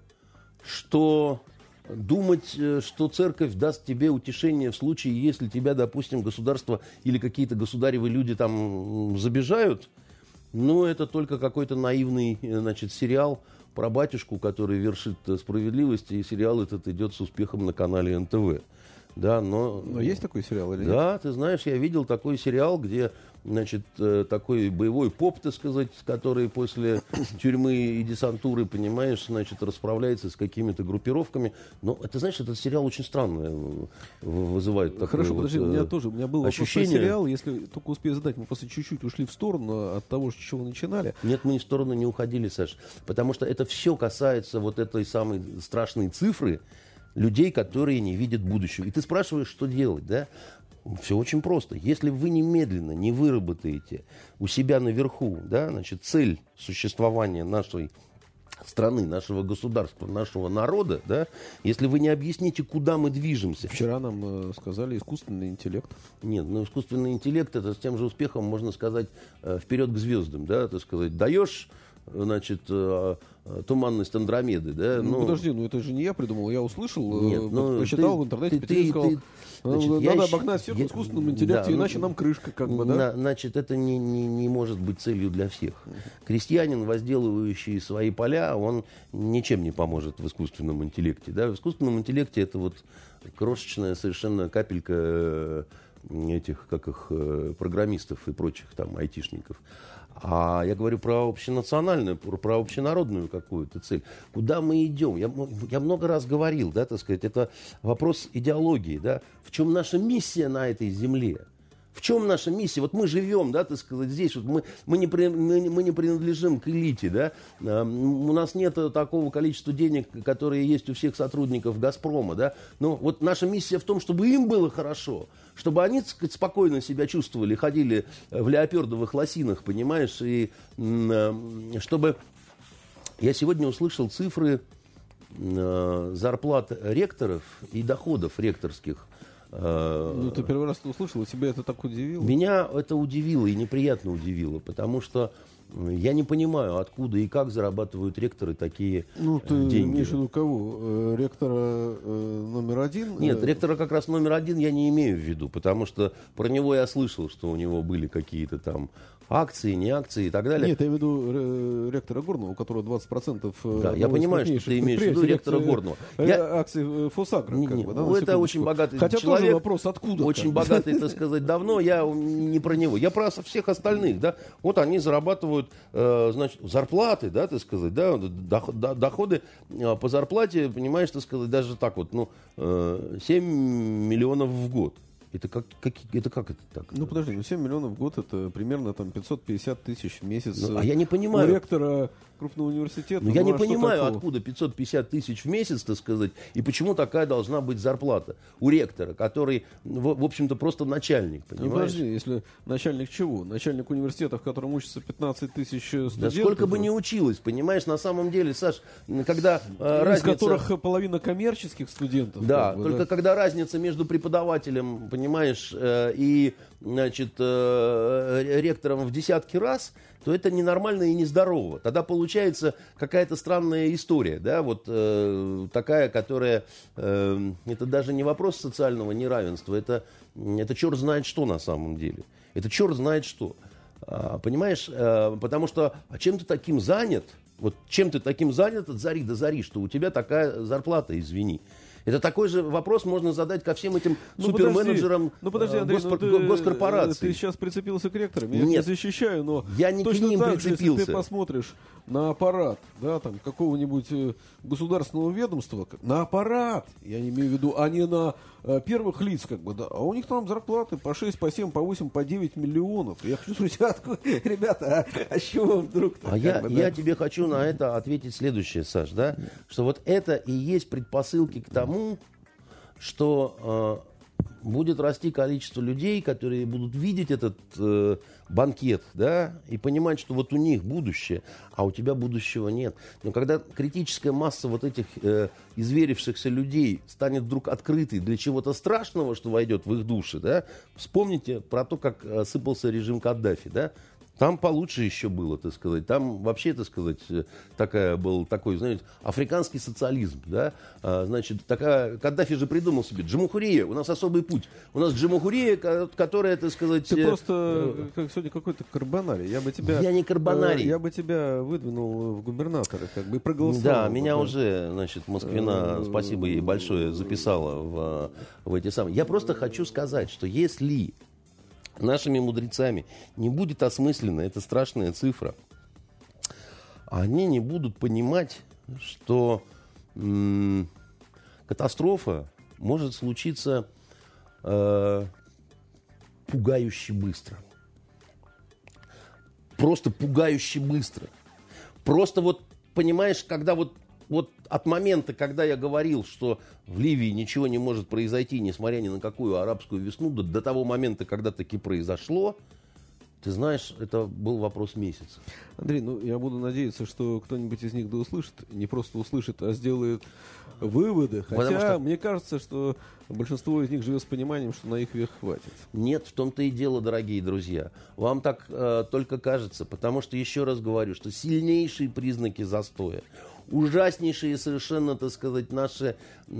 что думать, что церковь даст тебе утешение в случае, если тебя, допустим, государство или какие-то государевы люди там забежают, ну, это только какой-то наивный, значит, сериал про батюшку, который вершит справедливость, и сериал этот идет с успехом на канале НТВ. Да, но есть такой сериал или нет? Да, ты знаешь, я видел такой сериал, где, значит, такой боевой поп, так сказать, который после тюрьмы и десантуры, понимаешь, значит, расправляется с какими-то группировками. Но, это, знаешь, этот сериал очень странно вызывает такое. Хорошо, подожди, у меня был ощущение. Вопрос про сериал, если только успею задать, мы просто чуть-чуть ушли в сторону от того, с чего начинали. Нет, мы в сторону не уходили, Саш, потому что это все касается вот этой самой страшной цифры, людей, которые не видят будущего. И ты спрашиваешь, что делать, да? Все очень просто. Если вы немедленно не выработаете у себя наверху, да, значит, цель существования нашей страны, нашего государства, нашего народа, да, если вы не объясните, куда мы движемся. Вчера нам сказали искусственный интеллект. Нет, ну искусственный интеллект, это с тем же успехом, можно сказать, вперед к звездам, да, так сказать, даешь, значит, туманность Андромеды, да? Подожди, это же не я придумал, я услышал, нет, прочитал в интернете, сказал, надо обогнать всех искусственным интеллектом, иначе нам крышка, как бы, да? Значит, это не может быть целью для всех. Крестьянин, возделывающий свои поля, он ничем не поможет в искусственном интеллекте, да? В искусственном интеллекте это вот крошечная совершенно капелька этих, программистов и прочих там айтишников. А я говорю про общенациональную, про общенародную какую-то цель. Куда мы идем? Я много раз говорил, да, так сказать, это вопрос идеологии, да. В чем наша миссия на этой земле? В чем наша миссия? Вот мы живем, да, так сказать, здесь, вот мы не принадлежим к элите, да, у нас нет такого количества денег, которые есть у всех сотрудников «Газпрома», да, но вот наша миссия в том, чтобы им было хорошо, чтобы они, так сказать, спокойно себя чувствовали, ходили в леопердовых лосинах, понимаешь, и чтобы... Я сегодня услышал цифры зарплат ректоров и доходов ректорских. Ты первый раз это услышал, тебя это так удивило? Меня это удивило и неприятно удивило, потому что я не понимаю, откуда и как зарабатывают ректоры такие деньги. Ты имеешь в виду кого? Ректора номер один? Нет, ректора как раз номер один я не имею в виду, потому что про него я слышал, что у него были какие-то там акции, не акции и так далее. Нет, я имею в виду ректора Горного, у которого 20%... Да, я понимаю, что ты имеешь в виду ректора Горного. Акции Фосагро, это очень богатый Хотя человек. Тоже вопрос, откуда? Очень богатый, так сказать, давно. Я не про него. Я про всех остальных, да. Вот они зарабатывают, значит, зарплаты, да, так сказать, да, доходы по зарплате, понимаешь, так сказать, даже так вот, 7 миллионов в год. Это как это так? Подожди, 7 миллионов в год это примерно там 550 тысяч в месяц. А я не понимаю. У ректора крупного университета. Я не понимаю, откуда 550 тысяч в месяц, так сказать, и почему такая должна быть зарплата у ректора, который, в общем-то, просто начальник, понимаешь? Подожди, если начальник чего? Начальник университета, в котором учатся 15 тысяч студентов. Да сколько бы ни училось, понимаешь, на самом деле, Саш, когда разница... Из которых половина коммерческих студентов. Да, только когда разница между преподавателем, понимаешь, и, значит, ректором в десятки раз, то это ненормально и нездорово. Тогда получается какая-то странная история, да, вот такая, которая, это даже не вопрос социального неравенства, это черт знает что на самом деле. Это черт знает что. Понимаешь, потому что чем ты таким занят, вот чем ты таким занят от зари до зари, что у тебя такая зарплата, извини. Это такой же вопрос можно задать ко всем этим суперменеджерам госкорпораций. Ты сейчас прицепился к ректорам. Я Нет, не защищаю, но я не точно к ним так же, прицепился. если ты посмотришь на аппарат, да, там, какого-нибудь государственного ведомства, на аппарат, я не имею в виду, а не на первых лиц, как бы, да, а у них там зарплаты по 6, по 7, по 8, по 9 миллионов. Я хочу спросить, ребята, а с чего вдруг-то? Я тебе хочу на это ответить следующее, Саш, да, что вот это и есть предпосылки к тому, что будет расти количество людей, которые будут видеть этот банкет, да, и понимать, что вот у них будущее, а у тебя будущего нет. Но когда критическая масса вот этих изверившихся людей станет вдруг открытой для чего-то страшного, что войдет в их души, да, вспомните про то, как сыпался режим Каддафи, да. Там получше еще было, так сказать. Там вообще, так сказать, был такой, знаете, африканский социализм, да. Значит, Каддафи же придумал себе джамахурия, у нас особый путь. У нас джамахурия, которая, так сказать... Ты просто, как сегодня, какой-то карбонарий. Я не карбонарий. Я бы тебя выдвинул в губернаторы, как бы, и проголосовал. Да, меня уже, значит, Москвина, спасибо ей большое, записала в эти самые... Я просто хочу сказать, что если... нашими мудрецами не будет осмыслена эта страшная цифра, они не будут понимать, что катастрофа может случиться пугающе быстро. Просто пугающе быстро. Просто вот, понимаешь, когда вот от момента, когда я говорил, что в Ливии ничего не может произойти, несмотря ни на какую арабскую весну, до того момента, когда таки произошло, ты знаешь, это был вопрос месяца. Андрей, я буду надеяться, что кто-нибудь из них да услышит, не просто услышит, а сделает выводы. Хотя мне кажется, что большинство из них живет с пониманием, что на их век хватит. Нет, в том-то и дело, дорогие друзья. Вам так только кажется, потому что, еще раз говорю, что сильнейшие признаки застоя, ужаснейшие совершенно, так сказать, наши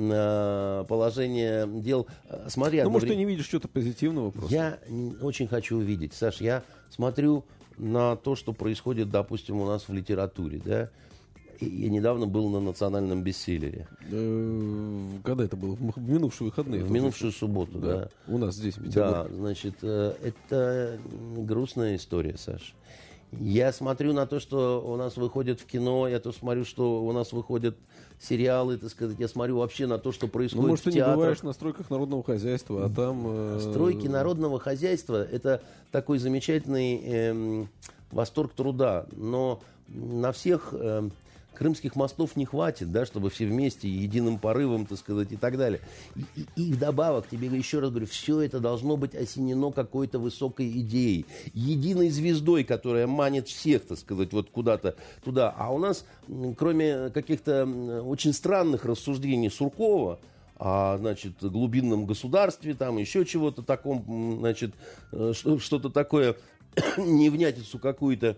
положения дел. Смотри, может, ты не видишь что-то позитивного просто? Я очень хочу увидеть. Саш, я смотрю на то, что происходит, допустим, у нас в литературе, да. Я недавно был на национальном бестселлере. Когда это было? В минувшие выходные? В минувшую субботу, да. У нас здесь, в Петербурге. Да, значит, это грустная история, Саш. Я смотрю на то, что у нас выходит в кино, я то смотрю, что у нас выходят сериалы, так сказать, я смотрю вообще на то, что происходит может, в театрах. Может, ты не бываешь на стройках народного хозяйства, а там... Стройки народного хозяйства – это такой замечательный восторг труда, но на всех... крымских мостов не хватит, да, чтобы все вместе, единым порывом, так сказать, и так далее. И вдобавок, тебе еще раз говорю, все это должно быть осенено какой-то высокой идеей, единой звездой, которая манит всех, так сказать, вот куда-то туда. А у нас, кроме каких-то очень странных рассуждений Суркова, о, значит, глубинном государстве, там еще чего-то таком, значит, что-то такое, невнятицу какую-то,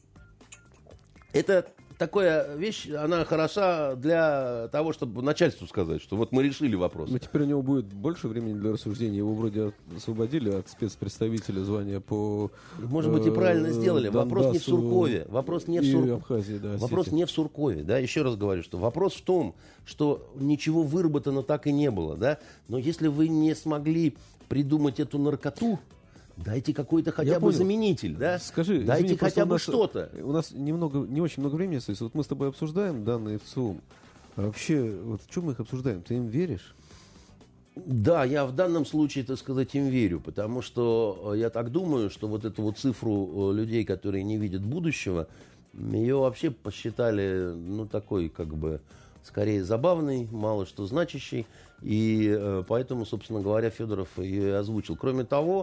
это... Такая вещь, она хороша для того, чтобы начальству сказать, что вот мы решили вопрос. Но теперь у него будет больше времени для рассуждений. Его вроде освободили от спецпредставителя звания по... Может быть, и правильно сделали. Вопрос не в Суркове. Вопрос не в Суркове. Абхазии, да, вопрос не в Суркове. Да? Еще раз говорю, что вопрос в том, что ничего выработано так и не было. Да? Но если вы не смогли придумать эту наркоту, дайте какой-то хотя бы заменитель, да? Скажи, дайте извини, хотя бы что-то. У нас не очень много времени остается. Вот мы с тобой обсуждаем данные ВЦИОМ. А вообще, вот в чем мы их обсуждаем? Ты им веришь? Да, я в данном случае, так сказать, им верю, потому что я так думаю, что вот эту вот цифру людей, которые не видят будущего, ее вообще посчитали, такой, как бы, скорее забавный, мало что значащий, и поэтому, собственно говоря, Федоров ее и озвучил. Кроме того,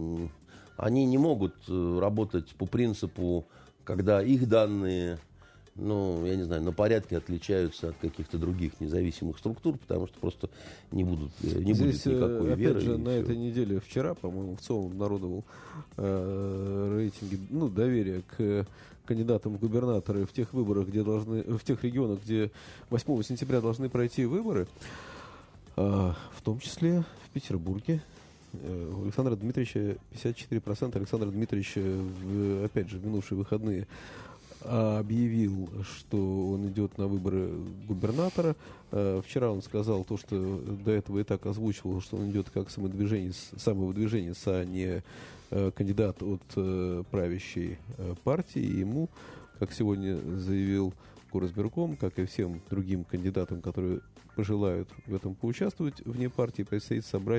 они не могут работать по принципу, когда их данные ну, я не знаю, на порядке отличаются от каких-то других независимых структур, потому что просто не будет никакой опять веры. же, на этой неделе, вчера, по-моему, в целом обнародовал рейтинги, ну, доверия к кандидатам в губернаторы в тех выборах, в тех регионах, где 8 сентября должны пройти выборы, в том числе в Петербурге. У Александра Дмитриевича 54%. Александр Дмитриевич, опять же, в минувшие выходные объявил, что он идет на выборы губернатора. Вчера он сказал то, что до этого и так озвучивал, что он идет как самовыдвиженец, а не кандидат от правящей партии. И ему, как сегодня заявил Горосбирком, как и всем другим кандидатам, которые пожелают в этом поучаствовать вне партии, предстоит собрать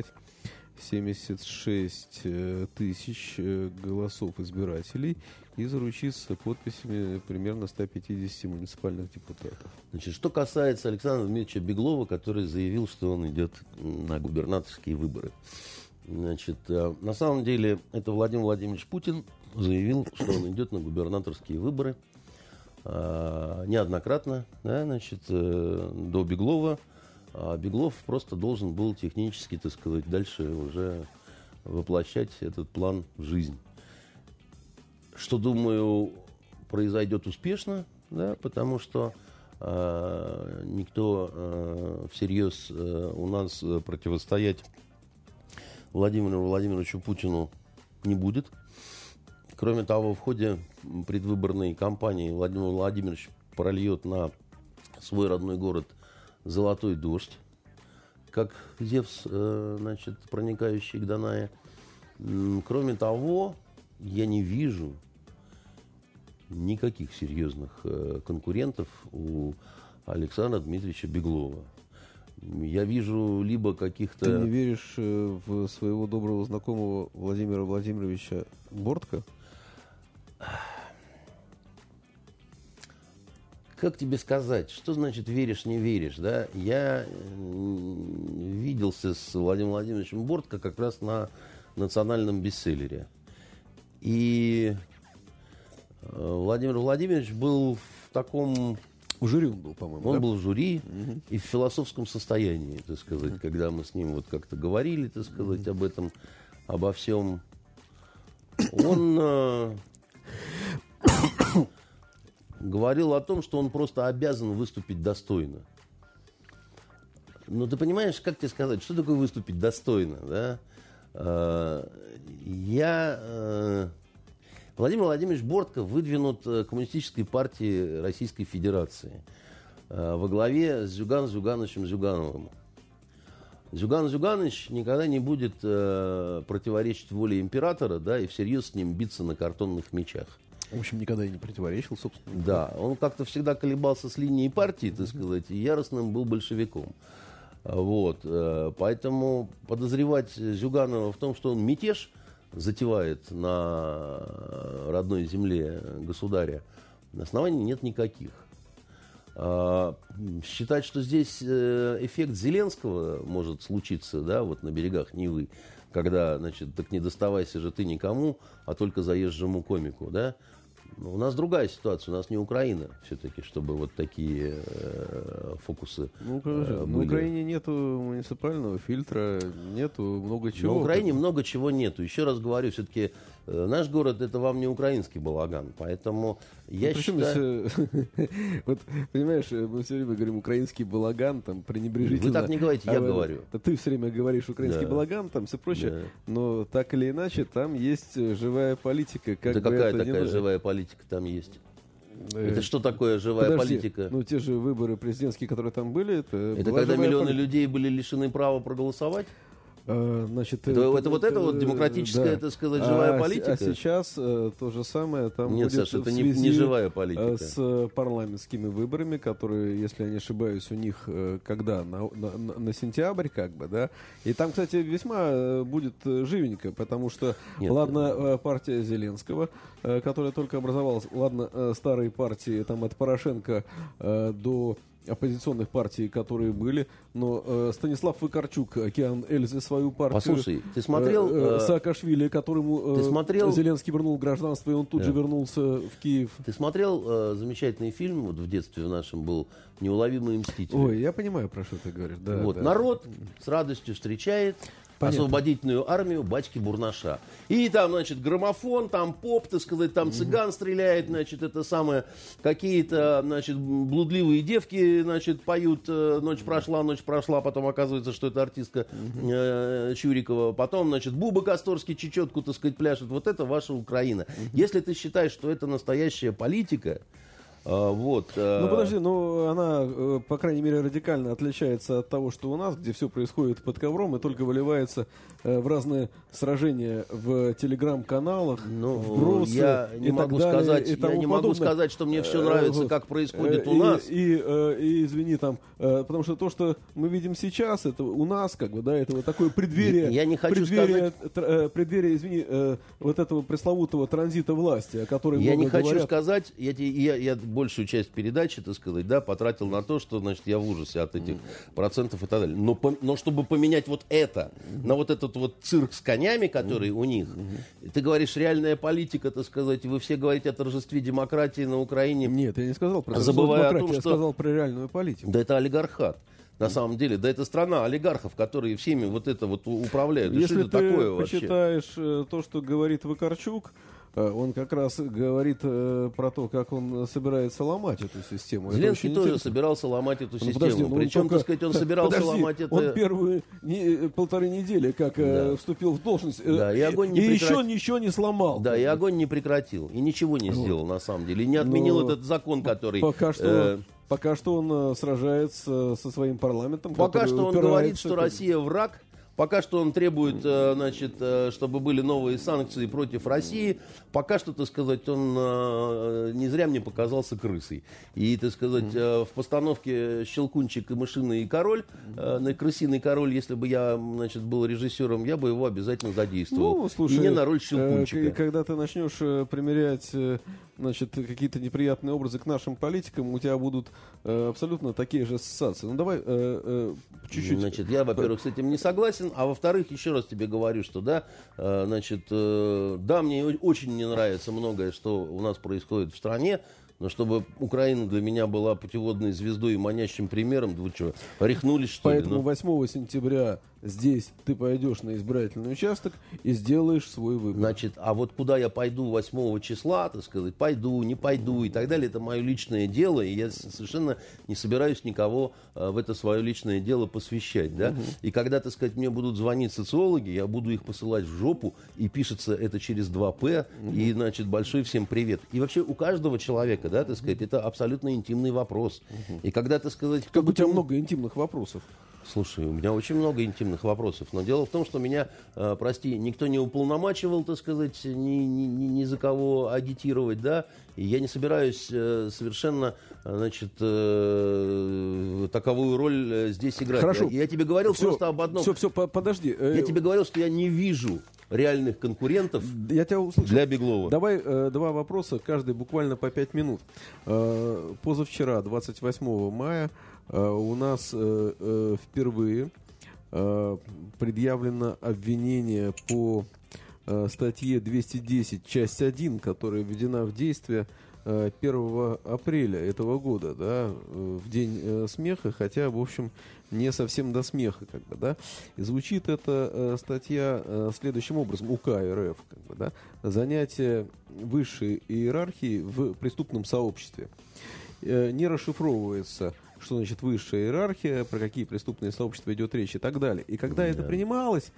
76 тысяч голосов избирателей и заручиться подписями примерно 150 муниципальных депутатов. Значит, что касается Александра Дмитриевича Беглова, который заявил, что он идет на губернаторские выборы. Значит, на самом деле это Владимир Владимирович Путин заявил, что он идет на губернаторские выборы неоднократно, да, значит, до Беглова. А Беглов просто должен был технически, так сказать, дальше уже воплощать этот план в жизнь. Что, думаю, произойдет успешно, да, потому что никто всерьез у нас противостоять Владимиру Владимировичу Путину не будет. Кроме того, в ходе предвыборной кампании Владимир Владимирович прольет на свой родной город золотой дождь, как Зевс, значит, проникающий к Данае. Кроме того, я не вижу никаких серьезных конкурентов у Александра Дмитриевича Беглова. Я вижу либо каких-то... Ты не веришь в своего доброго знакомого Владимира Владимировича Бортко? Как тебе сказать, что значит веришь, не веришь, да? Я виделся с Владимиром Владимировичем Бортко как раз на национальном бестселлере. И Владимир Владимирович был в таком... В жюри он был, по-моему. Он был в жюри и в философском состоянии, так сказать, когда мы с ним вот как-то говорили, так сказать, об этом, обо всем. Он говорил о том, что он просто обязан выступить достойно. Но ты понимаешь, как тебе сказать, что такое выступить достойно, да? Владимир Владимирович Бортко выдвинут Коммунистической партией Российской Федерации во главе с Зюганом Зюгановичем Зюгановым. Зюган Зюганович никогда не будет противоречить воле императора, да, и всерьез с ним биться на картонных мечах. В общем, никогда и не противоречил, собственно. Да, он как-то всегда колебался с линией партии, так сказать, и яростным был большевиком. Вот, поэтому подозревать Зюганова в том, что он мятеж затевает на родной земле государя, оснований нет никаких. Считать, что здесь эффект Зеленского может случиться, да, вот на берегах Невы, когда, значит, так не доставайся же ты никому, а только заезжему комику, да. У нас другая ситуация, у нас не Украина все-таки, чтобы вот такие фокусы были. На Украине нету муниципального фильтра, нету много чего. На Украине много чего нету. Еще раз говорю, все-таки наш город — это вам не украинский балаган, поэтому я считаю... Вот, понимаешь, мы все время говорим украинский балаган, там, пренебрежительно. Вы так не говорите, я говорю. Ты все время говоришь украинский балаган, там, все прочее, но так или иначе там есть живая политика. Да какая такая живая политика там есть? Это что такое живая политика? Ну, те же выборы президентские, которые там были, это когда миллионы людей были лишены права проголосовать? Значит, это вот демократическая, да, так сказать, живая политика. А сейчас то же самое там нет, будет, Саша, это не живая политика. С парламентскими выборами, которые, если я не ошибаюсь, у них когда? На сентябрь, как бы, да? И там, кстати, весьма будет живенько, потому что, ладно, партия Зеленского, которая только образовалась, ладно, старые партии там от Порошенко до оппозиционных партий, которые были, но Станислав Вакарчук, «Океан Эльзы», свою партию. Послушай, ты смотрел... Саакашвили, которому Зеленский вернул гражданство, и он тут же вернулся в Киев. Ты смотрел замечательный фильм, вот в детстве в нашем был «Неуловимые мстители»? Ой, я понимаю, про что ты говоришь. Да, вот, да. Народ с радостью встречает освободительную армию батьки Бурнаша. И там, значит, граммофон, там поп, так сказать, там цыган стреляет, значит, это самое, какие-то, значит, блудливые девки, значит, поют ночь прошла», потом оказывается, что это артистка Чурикова, потом, значит, Буба Косторский чечетку, так сказать, пляшет. Вот это ваша Украина. Если ты считаешь, что это настоящая политика, вот. Ну подожди, она, по крайней мере, радикально отличается от того, что у нас, где все происходит под ковром и только выливается в разные сражения в телеграм-каналах, вбросы. Я не могу сказать, что мне все нравится, как происходит у нас. И извини, там, потому что то, что мы видим сейчас, это у нас, как бы, да, это вот такое преддверие. Я не хочу сказать. Преддверие, извини, вот этого пресловутого транзита власти, о котором я много не хочу говорят. сказать, я большую часть передачи, так сказать, да, потратил на то, что, значит, я в ужасе от этих процентов и так далее. Но чтобы поменять вот это, на вот этот вот цирк с конями, который у них, ты говоришь, реальная политика, так сказать, вы все говорите о торжестве демократии на Украине. Нет, я не сказал про забывая демократию, о том, я сказал про реальную политику. Да это олигархат. На самом деле, да это страна олигархов, которые всеми вот это вот управляют. Если что это такое ты почитаешь то, что говорит Вакарчук, он как раз говорит про то, как он собирается ломать эту систему. Зеленский тоже собирался ломать эту систему. Причем, так сказать, он собирался ломать это... Он первые 1,5 недели, как вступил в должность, и еще ничего не сломал. Да, и огонь не прекратил, и ничего не сделал, на самом деле. И не отменил этот закон, который... Пока что он сражается со своим парламентом. Пока что он говорит, что Россия враг. Пока что он требует, значит, чтобы были новые санкции против России. Пока что, так сказать, он не зря мне показался крысой. И, так сказать, в постановке «Щелкунчик и мышиный король», на «Крысиный король», если бы я, значит, был режиссером, я бы его обязательно задействовал. Ну, слушай, и не на роль Щелкунчика. Когда ты начнешь примерять, значит, какие-то неприятные образы к нашим политикам, у тебя будут абсолютно такие же ассоциации. Ну, давай чуть-чуть... Значит, я, во-первых, с этим не согласен. А во-вторых, еще раз тебе говорю, что да, значит, да, мне очень не нравится многое, что у нас происходит в стране, но чтобы Украина для меня была путеводной звездой и манящим примером, вы что, рехнулись, что ли? Поэтому 8 сентября здесь ты пойдешь на избирательный участок и сделаешь свой выбор. Значит, а вот куда я пойду 8 числа, так сказать, пойду, не пойду и так далее, это мое личное дело, и я совершенно не собираюсь никого в это свое личное дело посвящать, да. И когда, так сказать, мне будут звонить социологи, я буду их посылать в жопу, и пишется это через 2П, и, значит, большой всем привет. И вообще у каждого человека, да, так сказать, это абсолютно интимный вопрос. И когда, так сказать... Как у тебя много интимных вопросов. Слушай, у меня очень много интимных вопросов, но дело в том, что меня, прости, никто не уполномачивал, так сказать, ни за кого агитировать, да, и я не собираюсь совершенно, значит, таковую роль здесь играть. Хорошо. Я тебе говорил просто об одном. Все, подожди. Я тебе говорил, что я не вижу реальных конкурентов я тебя услышал. Для Беглова. Давай два вопроса, каждый буквально по 5 минут. Позавчера, 28 мая, у нас впервые предъявлено обвинение по статье 210, часть 1, которая введена в действие 1 апреля этого года, да, в день смеха, хотя, в общем, не совсем до смеха, как бы, да. И звучит эта статья следующим образом: УК РФ, как бы, да, занятие высшей иерархии в преступном сообществе. Не расшифровывается, что значит высшая иерархия, про какие преступные сообщества идет речь и так далее. И когда это принималось,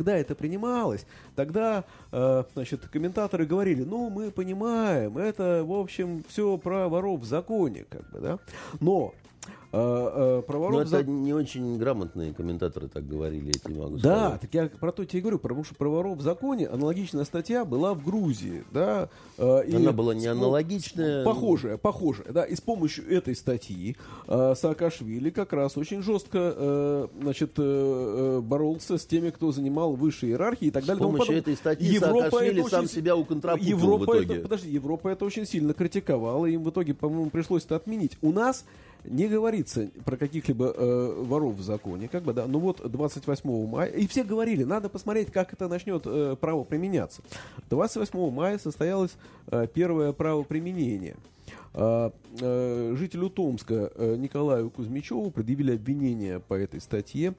тогда, значит, комментаторы говорили: ну, мы понимаем, это, в общем, все про воров в законе, как бы, да. Но про воров... это не очень грамотные комментаторы так говорили, я тебе могу сказать. Да, так я про то тебе говорю, потому что про воров в законе аналогичная статья была в Грузии, да. Она была не аналогичная. Похожая, да. И с помощью этой статьи Саакашвили как раз очень жестко, значит, боролся с теми, кто занимал высшие иерархии и так далее. С помощью этой статьи Саакашвили сам себя уконтрапупил в итоге. Европа это очень сильно критиковала, им в итоге, по-моему, пришлось это отменить. У нас не говорится про каких-либо воров в законе, как бы, да, ну вот 28 мая, и все говорили, надо посмотреть, как это начнет право применяться. 28 мая состоялось первое правоприменение. Жителю Томска Николаю Кузьмичеву предъявили обвинение по этой статье.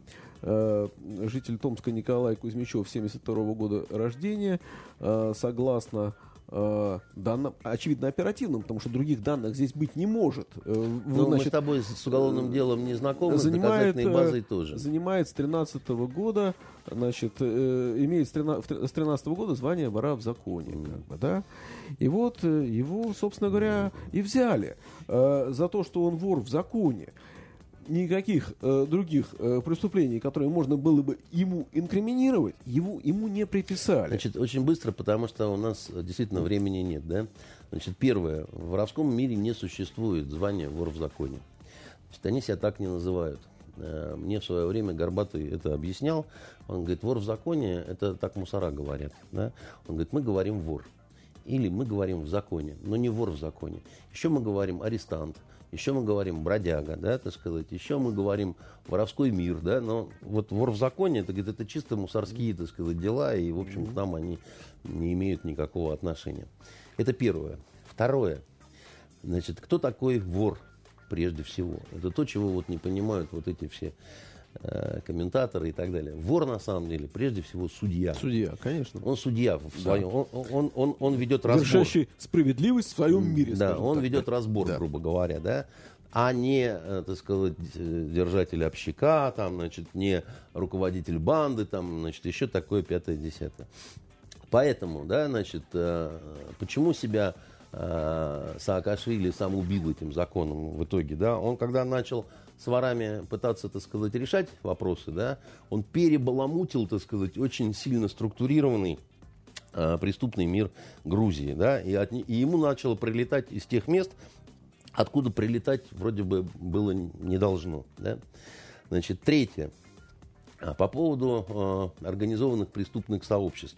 Житель Томска Николай Кузьмичев, 1972 года рождения, согласно данным, очевидно, оперативным, потому что других данных здесь быть не может. Мы с тобой с уголовным делом не знакомы, с доказательной базой тоже. Занимает с 13 года, значит, имеет с 13 года звание вора в законе. Как бы, да? И вот его, собственно говоря, и взяли за то, что он вор в законе. Никаких других преступлений, которые можно было бы ему инкриминировать, ему не приписали. Значит, очень быстро, потому что у нас действительно времени нет, да? Значит, первое. В воровском мире не существует звания вор в законе. Значит, они себя так не называют. Мне в свое время Горбатый это объяснял. Он говорит, вор в законе, это так мусора говорят. Да? Он говорит, мы говорим вор. Или мы говорим в законе, но не вор в законе. Еще мы говорим арестант. Еще мы говорим бродяга, да, так сказать. Еще мы говорим воровской мир, да. Но вот вор в законе, это чисто мусорские, так сказать, дела. И, в общем, к нам они не имеют никакого отношения. Это первое. Второе. Значит, кто такой вор прежде всего? Это то, чего вот не понимают вот эти все комментаторы и так далее. Вор, на самом деле, прежде всего судья. Судья, конечно. Он судья в своем. Он ведет разбор. Вершащий справедливость в своем мире. Да, он так, ведет разбор, да. грубо говоря, да, а не, так сказать, держатель общака, там, значит, не руководитель банды, там, значит, еще такое 5-10. Поэтому, да, значит, почему себя Саакашвили сам убил этим законом в итоге, да, он когда начал с ворами пытаться, так сказать, решать вопросы, да, он перебаламутил, так сказать, очень сильно структурированный преступный мир Грузии, да, и ему начало прилетать из тех мест, откуда прилетать вроде бы было не должно, да. Значит, третье, по поводу организованных преступных сообществ.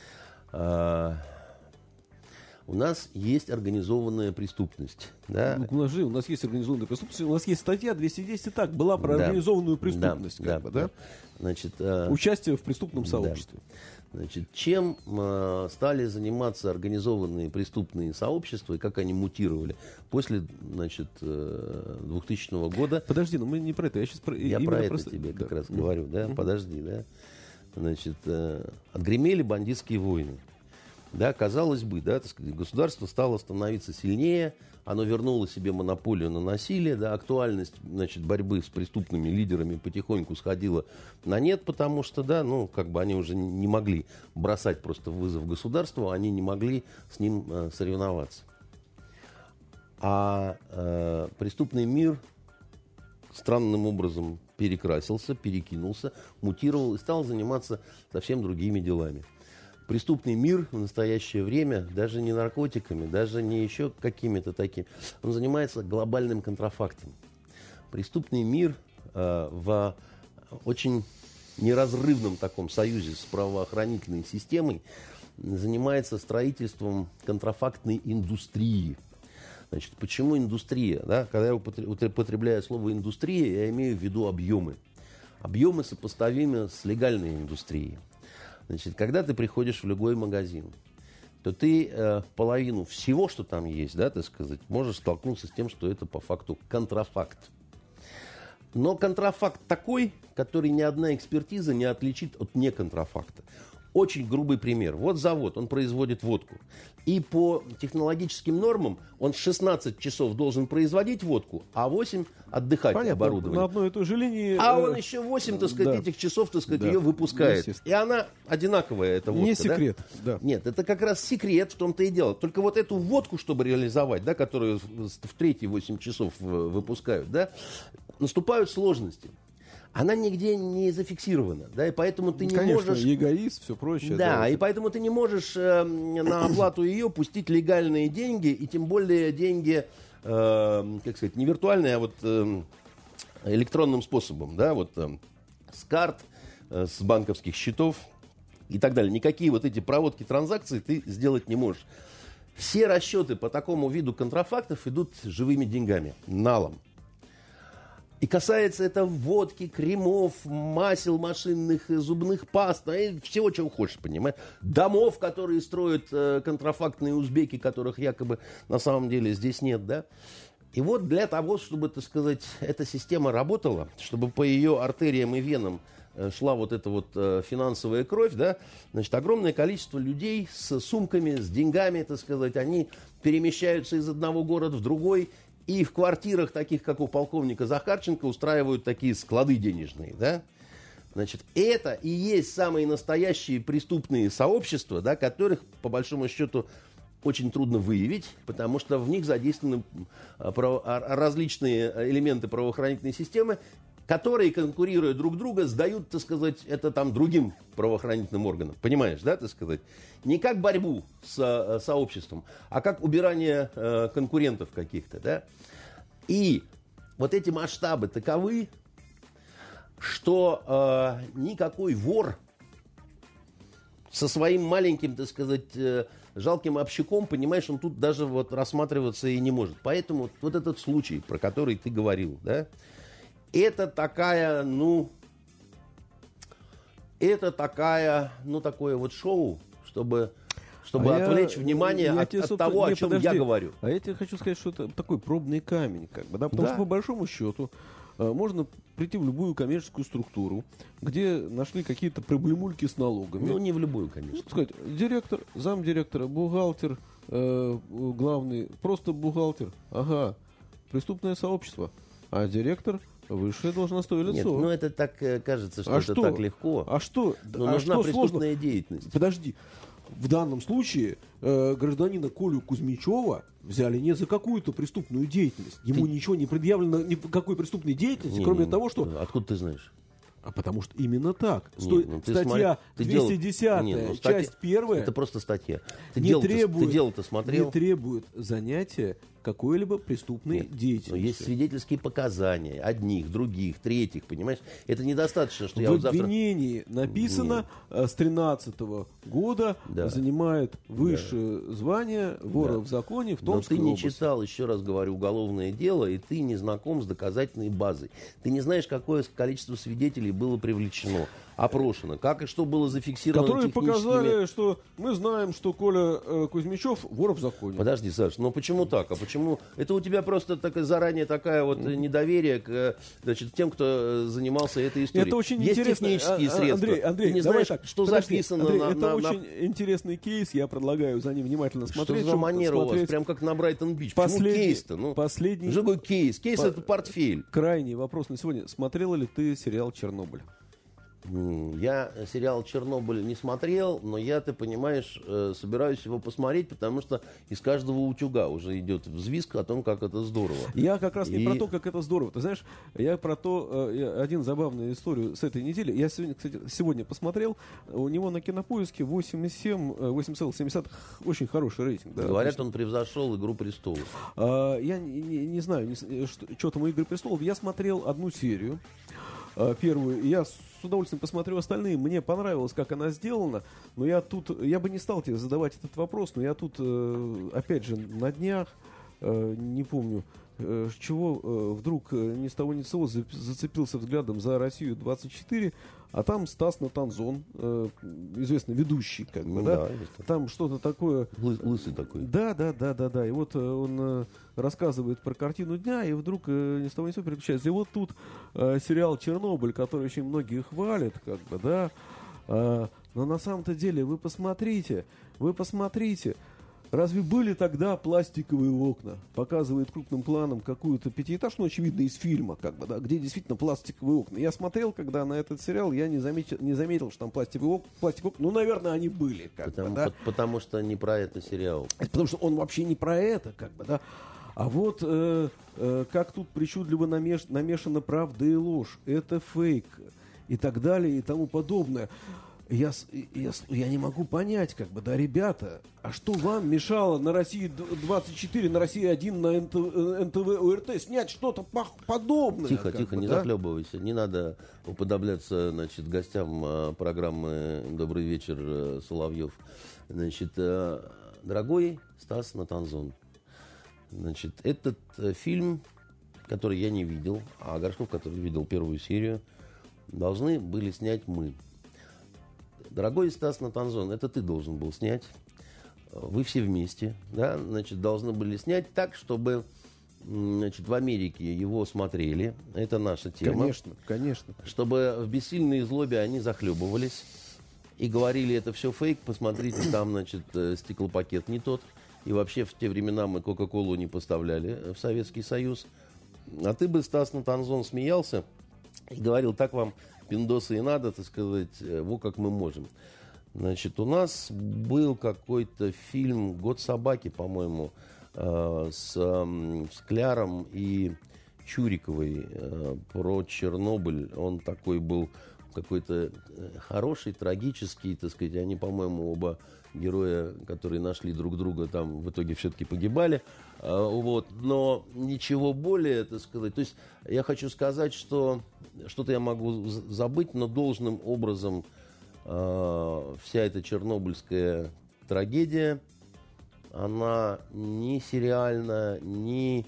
У нас есть организованная преступность. Да? У нас есть организованная преступность. У нас есть статья 210 и так была про организованную преступность. Да. Значит, участие в преступном сообществе. Да. Значит, чем стали заниматься организованные преступные сообщества и как они мутировали после, значит, 2000 года? Подожди, но мы не про это. Я про это тебе как раз говорю. Да? Подожди, да. Значит, отгремели бандитские войны. Да, казалось бы, да, так сказать, государство стало становиться сильнее, оно вернуло себе монополию на насилие, да, актуальность, значит, борьбы с преступными лидерами потихоньку сходила на нет, потому что, да, ну, как бы они уже не могли бросать просто вызов государству, они не могли с ним соревноваться. А преступный мир странным образом перекрасился, перекинулся, мутировал и стал заниматься совсем другими делами. Преступный мир в настоящее время даже не наркотиками, даже не еще какими-то такими. Он занимается глобальным контрафактом. Преступный мир в очень неразрывном таком союзе с правоохранительной системой занимается строительством контрафактной индустрии. Значит, почему индустрия? Да? Когда я употребляю слово индустрия, я имею в виду объемы. Объемы сопоставимы с легальной индустрией. Значит, когда ты приходишь в любой магазин, то ты половину всего, что там есть, да, так сказать, можешь столкнуться с тем, что это по факту контрафакт. Но контрафакт такой, который ни одна экспертиза не отличит от неконтрафакта. Очень грубый пример. Вот завод, он производит водку. И по технологическим нормам он 16 часов должен производить водку, а 8 отдыхать. Понятно, оборудование. На одной и той же линии. А он еще 8, так сказать, этих часов, так сказать, ее выпускает. И она одинаковая, эта водка. Не секрет, да? Нет, это как раз секрет, в том-то и дело. Только вот эту водку, чтобы реализовать, да, которую в третьи 8 часов выпускают, да, наступают сложности. Она нигде не зафиксирована, да, и поэтому ты не Конечно, можешь... эгоист, все прочее. Да, и поэтому ты не можешь на оплату ее пустить легальные деньги, и тем более деньги, как сказать, не виртуальные, а вот электронным способом, да, вот с карт, с банковских счетов и так далее. Никакие вот эти проводки транзакций ты сделать не можешь. Все расчеты по такому виду контрафактов идут живыми деньгами, налом. И касается это водки, кремов, масел машинных, зубных паст, всего, чего хочешь, понимаешь. Домов, которые строят контрафактные узбеки, которых якобы на самом деле здесь нет, да. И вот для того, чтобы, так сказать, эта система работала, чтобы по ее артериям и венам шла вот эта вот финансовая кровь, да, значит, огромное количество людей с сумками, с деньгами, так сказать, они перемещаются из одного города в другой, и в квартирах, таких как у полковника Захарченко, устраивают такие склады денежные, да. Значит, это и есть самые настоящие преступные сообщества, да, которых, по большому счету, очень трудно выявить, потому что в них задействованы различные элементы правоохранительной системы, которые, конкурируя друг друга, сдают, так сказать, это там другим правоохранительным органам. Понимаешь, да, так сказать? Не как борьбу с сообществом, а как убирание конкурентов каких-то, да. И вот эти масштабы таковы, что никакой вор со своим маленьким, так сказать, жалким общаком, понимаешь, он тут даже вот рассматриваться и не может. Поэтому вот этот случай, про который ты говорил, да, это такая, такое вот шоу, чтобы отвлечь внимание от того, о чем я говорю. А я тебе хочу сказать, что это такой пробный камень, как бы, да, потому что по большому счету можно прийти в любую коммерческую структуру, где нашли какие-то проблемульки с налогами. Ну, не в любую, конечно. Сказать, директор, замдиректора, бухгалтер, главный, просто бухгалтер. Ага, преступное сообщество. А директор высшее должностное лицо. Нет, ну это так кажется, что это так легко. А что? Но нужна преступная деятельность. Подожди. В данном случае гражданина Колю Кузьмичева взяли не за какую-то преступную деятельность. Ему ничего не предъявлено, никакой преступной деятельности, кроме того, что... Откуда ты знаешь? А потому что именно так. Статья 210, часть 1. Это просто статья. Ты требует, дело-то смотрел? Не требует занятия какой-либо преступной деятельностью. Но есть свидетельские показания одних, других, третьих, понимаешь? Это недостаточно, что я в вот завтра... В обвинении написано, с 13 года занимает высшее звание вора в законе в Томской области. Но ты не читал, еще раз говорю, уголовное дело, и ты не знаком с доказательной базой. Ты не знаешь, какое количество свидетелей было привлечено, опрошено, как и что было зафиксировано которые техническими... показали, что мы знаем, что Коля Кузьмичев вор в законе. Подожди, Саш, но почему так? А почему? Это у тебя просто заранее такая вот недоверие к тем, кто занимался этой историей. Это очень есть интересно. Технические средства. Андрей, ты не знаешь, так, что записано Андрей, это очень интересный кейс. Я предлагаю за ним внимательно смотреть. Что за манера у вас? Прям как на Брайтон-Бич. Почему кейс-то? Последний... Что такое кейс? Кейс это портфель. Крайний вопрос на сегодня. Смотрела ли ты сериал «Чернобыль»? Я сериал «Чернобыль» не смотрел, но я, ты понимаешь, собираюсь его посмотреть, потому что из каждого утюга уже идет взвизг о том, как это здорово. Я как раз не про то, как это здорово. Ты знаешь, я про то, один забавную историю с этой недели. Я сегодня посмотрел, у него на Кинопоиске 8,7, очень хороший рейтинг. Да, говорят, он превзошел «Игру престолов». Я не знаю, что там у «Игры престолов». Я смотрел одну серию. Первую, я с удовольствием посмотрю остальные. Мне понравилось, как она сделана. Но я бы не стал тебе задавать этот вопрос, но я тут, опять же, на днях, не помню, с чего вдруг ни с того ни с сего зацепился взглядом за «Россию-24», а там Стас Натанзон, известный ведущий, как бы, да? Там что-то такое... Лысый такой. Да. И вот он рассказывает про картину дня, и вдруг ни с того ни с сего переключается. И вот тут сериал «Чернобыль», который очень многие хвалят, как бы, да? Но на самом-то деле вы посмотрите. Разве были тогда пластиковые окна? Показывает крупным планом какую-то пятиэтажку, очевидно, из фильма, как бы, да, где действительно пластиковые окна. Я смотрел, когда на этот сериал, я не заметил, что там пластиковые окна. Ну, наверное, они были. Потому что не про это сериал. Потому что он вообще не про это, как бы, да. А вот как тут причудливо намешана правда и ложь. Это фейк. И так далее, и тому подобное. Я не могу понять, как бы, да, ребята, а что вам мешало на России-24, на России-1, на НТВ, ОРТ снять что-то подобное? Тихо, не захлебывайся, не надо уподобляться, значит, гостям программы «Добрый вечер», Соловьев. Значит, дорогой Стас Натанзон, значит, этот фильм, который я не видел, а Горшков, который видел первую серию, должны были снять мы. Дорогой Стас Натанзон, это ты должен был снять. Вы все вместе, да, значит, должны были снять так, чтобы, значит, в Америке его смотрели. Это наша тема. Конечно, конечно. Чтобы в бессильной злобе они захлебывались и говорили, это все фейк, посмотрите, там, значит, стеклопакет не тот. И вообще в те времена мы Кока-Колу не поставляли в Советский Союз. А ты бы, Стас Натанзон, смеялся и говорил, так вам, пиндосы, и надо, так сказать, во как мы можем. Значит, у нас был какой-то фильм «Год собаки», по-моему, с Кляром и Чуриковой про Чернобыль. Он такой был какой-то хороший, трагический, так сказать. Они, по-моему, оба героя, которые нашли друг друга, там в итоге все-таки погибали. Вот. Но ничего более, так сказать. То есть я хочу сказать, что что-то я могу забыть, но должным образом вся эта чернобыльская трагедия, она ни сериально, ни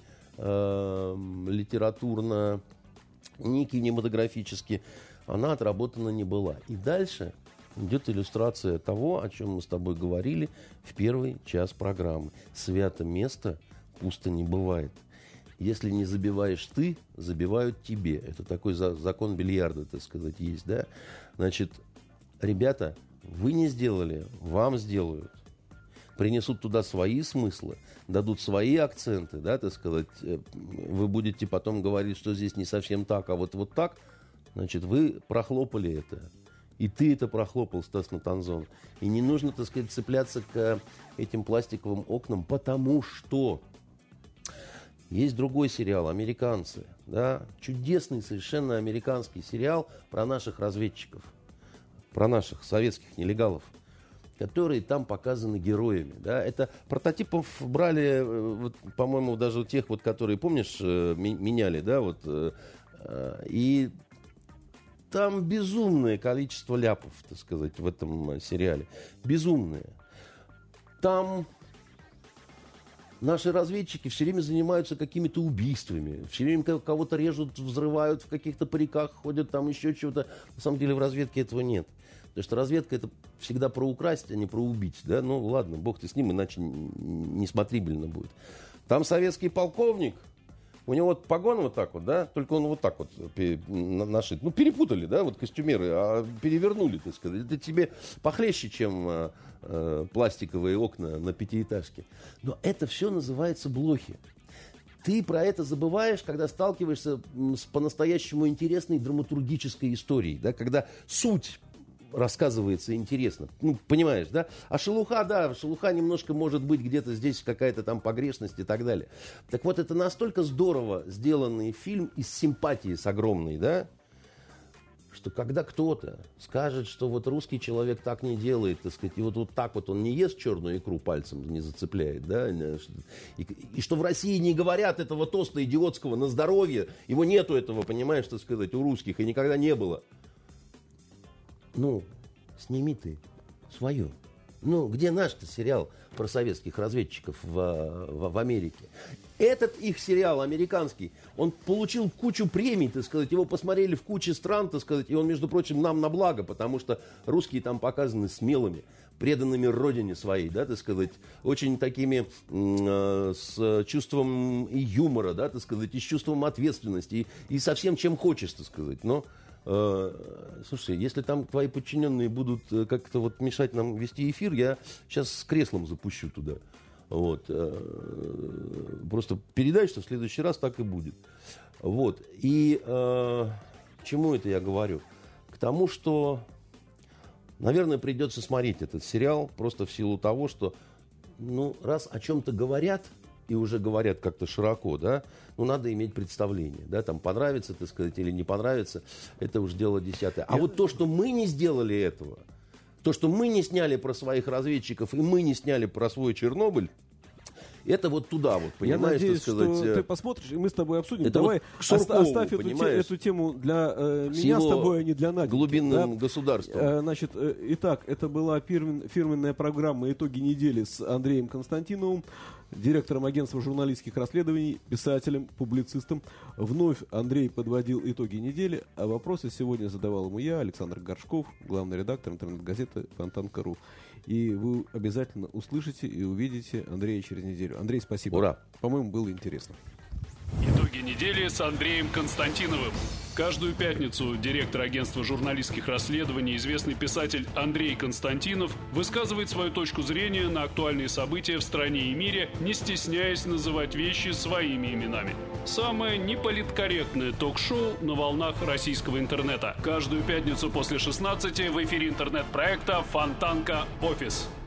литературно, ни кинематографически, она отработана не была. И дальше идет иллюстрация того, о чем мы с тобой говорили в первый час программы. Свято место пусто не бывает. Если не забиваешь ты, забивают тебе. Это такой закон бильярда, так сказать, есть, да? Значит, ребята, вы не сделали, вам сделают. Принесут туда свои смыслы, дадут свои акценты, да, так сказать. Вы будете потом говорить, что здесь не совсем так, а вот так. Значит, вы прохлопали это. И ты это прохлопал, Стас Натанзон. И не нужно, так сказать, цепляться к этим пластиковым окнам, потому что есть другой сериал «Американцы». Да? Чудесный совершенно американский сериал про наших разведчиков. Про наших советских нелегалов, которые там показаны героями. Да? Это прототипов брали, вот, по-моему, даже тех, вот, которые, помнишь, меняли, да, вот, и там безумное количество ляпов, так сказать, в этом сериале. Безумное. Там наши разведчики все время занимаются какими-то убийствами. Все время кого-то режут, взрывают, в каких-то париках ходят, там еще чего-то. На самом деле в разведке этого нет. Потому что разведка это всегда про украсть, а не про убить. Да? Ну ладно, бог ты с ним, иначе несмотрибельно будет. Там советский полковник, у него вот погон вот так вот, да, только он вот так вот нашит. Ну, перепутали, да, вот костюмеры, а перевернули, так сказать. Это тебе похлеще, чем пластиковые окна на пятиэтажке. Но это все называется блохи. Ты про это забываешь, когда сталкиваешься с по-настоящему интересной драматургической историей, да, когда суть рассказывается интересно. Ну, понимаешь, да? А шелуха, да, шелуха немножко может быть где-то здесь какая-то там погрешность и так далее. Так вот, это настолько здорово сделанный фильм из симпатии с огромной, да, что когда кто-то скажет, что вот русский человек так не делает, так сказать, и вот так вот он не ест черную икру, пальцем не зацепляет, да, и что в России не говорят этого тоста идиотского на здоровье, его нету этого, понимаешь, так сказать, у русских, и никогда не было. Ну, сними ты свое. Ну, где наш-то сериал про советских разведчиков в Америке? Этот их сериал американский, он получил кучу премий, так сказать, его посмотрели в куче стран, так сказать, и он, между прочим, нам на благо, потому что русские там показаны смелыми, преданными родине своей, да, так сказать, очень такими с чувством и юмора, да, так сказать, и с чувством ответственности, и со всем, чем хочешь, так сказать, но... Слушай, если там твои подчиненные будут как-то вот мешать нам вести эфир, я сейчас с креслом запущу туда. Вот. Просто передай, что в следующий раз так и будет. Вот. И к чему это я говорю? К тому, что, наверное, придется смотреть этот сериал просто в силу того, что, ну, раз о чем-то говорят, и уже говорят как-то широко, да, ну, надо иметь представление, да, там, понравится, так сказать, или не понравится, это уж дело десятое. А вот то, что мы не сделали этого, то, что мы не сняли про своих разведчиков, и мы не сняли про свой Чернобыль, это вот туда вот, понимаешь, я надеюсь, так сказать, что ты посмотришь, и мы с тобой обсудим. Это Давай вот Суркову, оставь эту тему для меня с тобой, а не для Нади. Глубинным государством. Значит, итак, это была фирменная программа «Итоги недели» с Андреем Константиновым. директором агентства журналистских расследований, писателем, публицистом. Вновь Андрей подводил итоги недели, а вопросы сегодня задавал ему я, Александр Горшков, главный редактор интернет-газеты «Фонтанка.ру». И вы обязательно услышите и увидите Андрея через неделю. Андрей, спасибо. Ура! По-моему, было интересно. Итоги недели с Андреем Константиновым. Каждую пятницу директор агентства журналистских расследований, известный писатель Андрей Константинов, высказывает свою точку зрения на актуальные события в стране и мире, не стесняясь называть вещи своими именами. Самое неполиткорректное ток-шоу на волнах российского интернета. Каждую пятницу после 16 в эфире интернет-проекта «Фонтанка. Офис».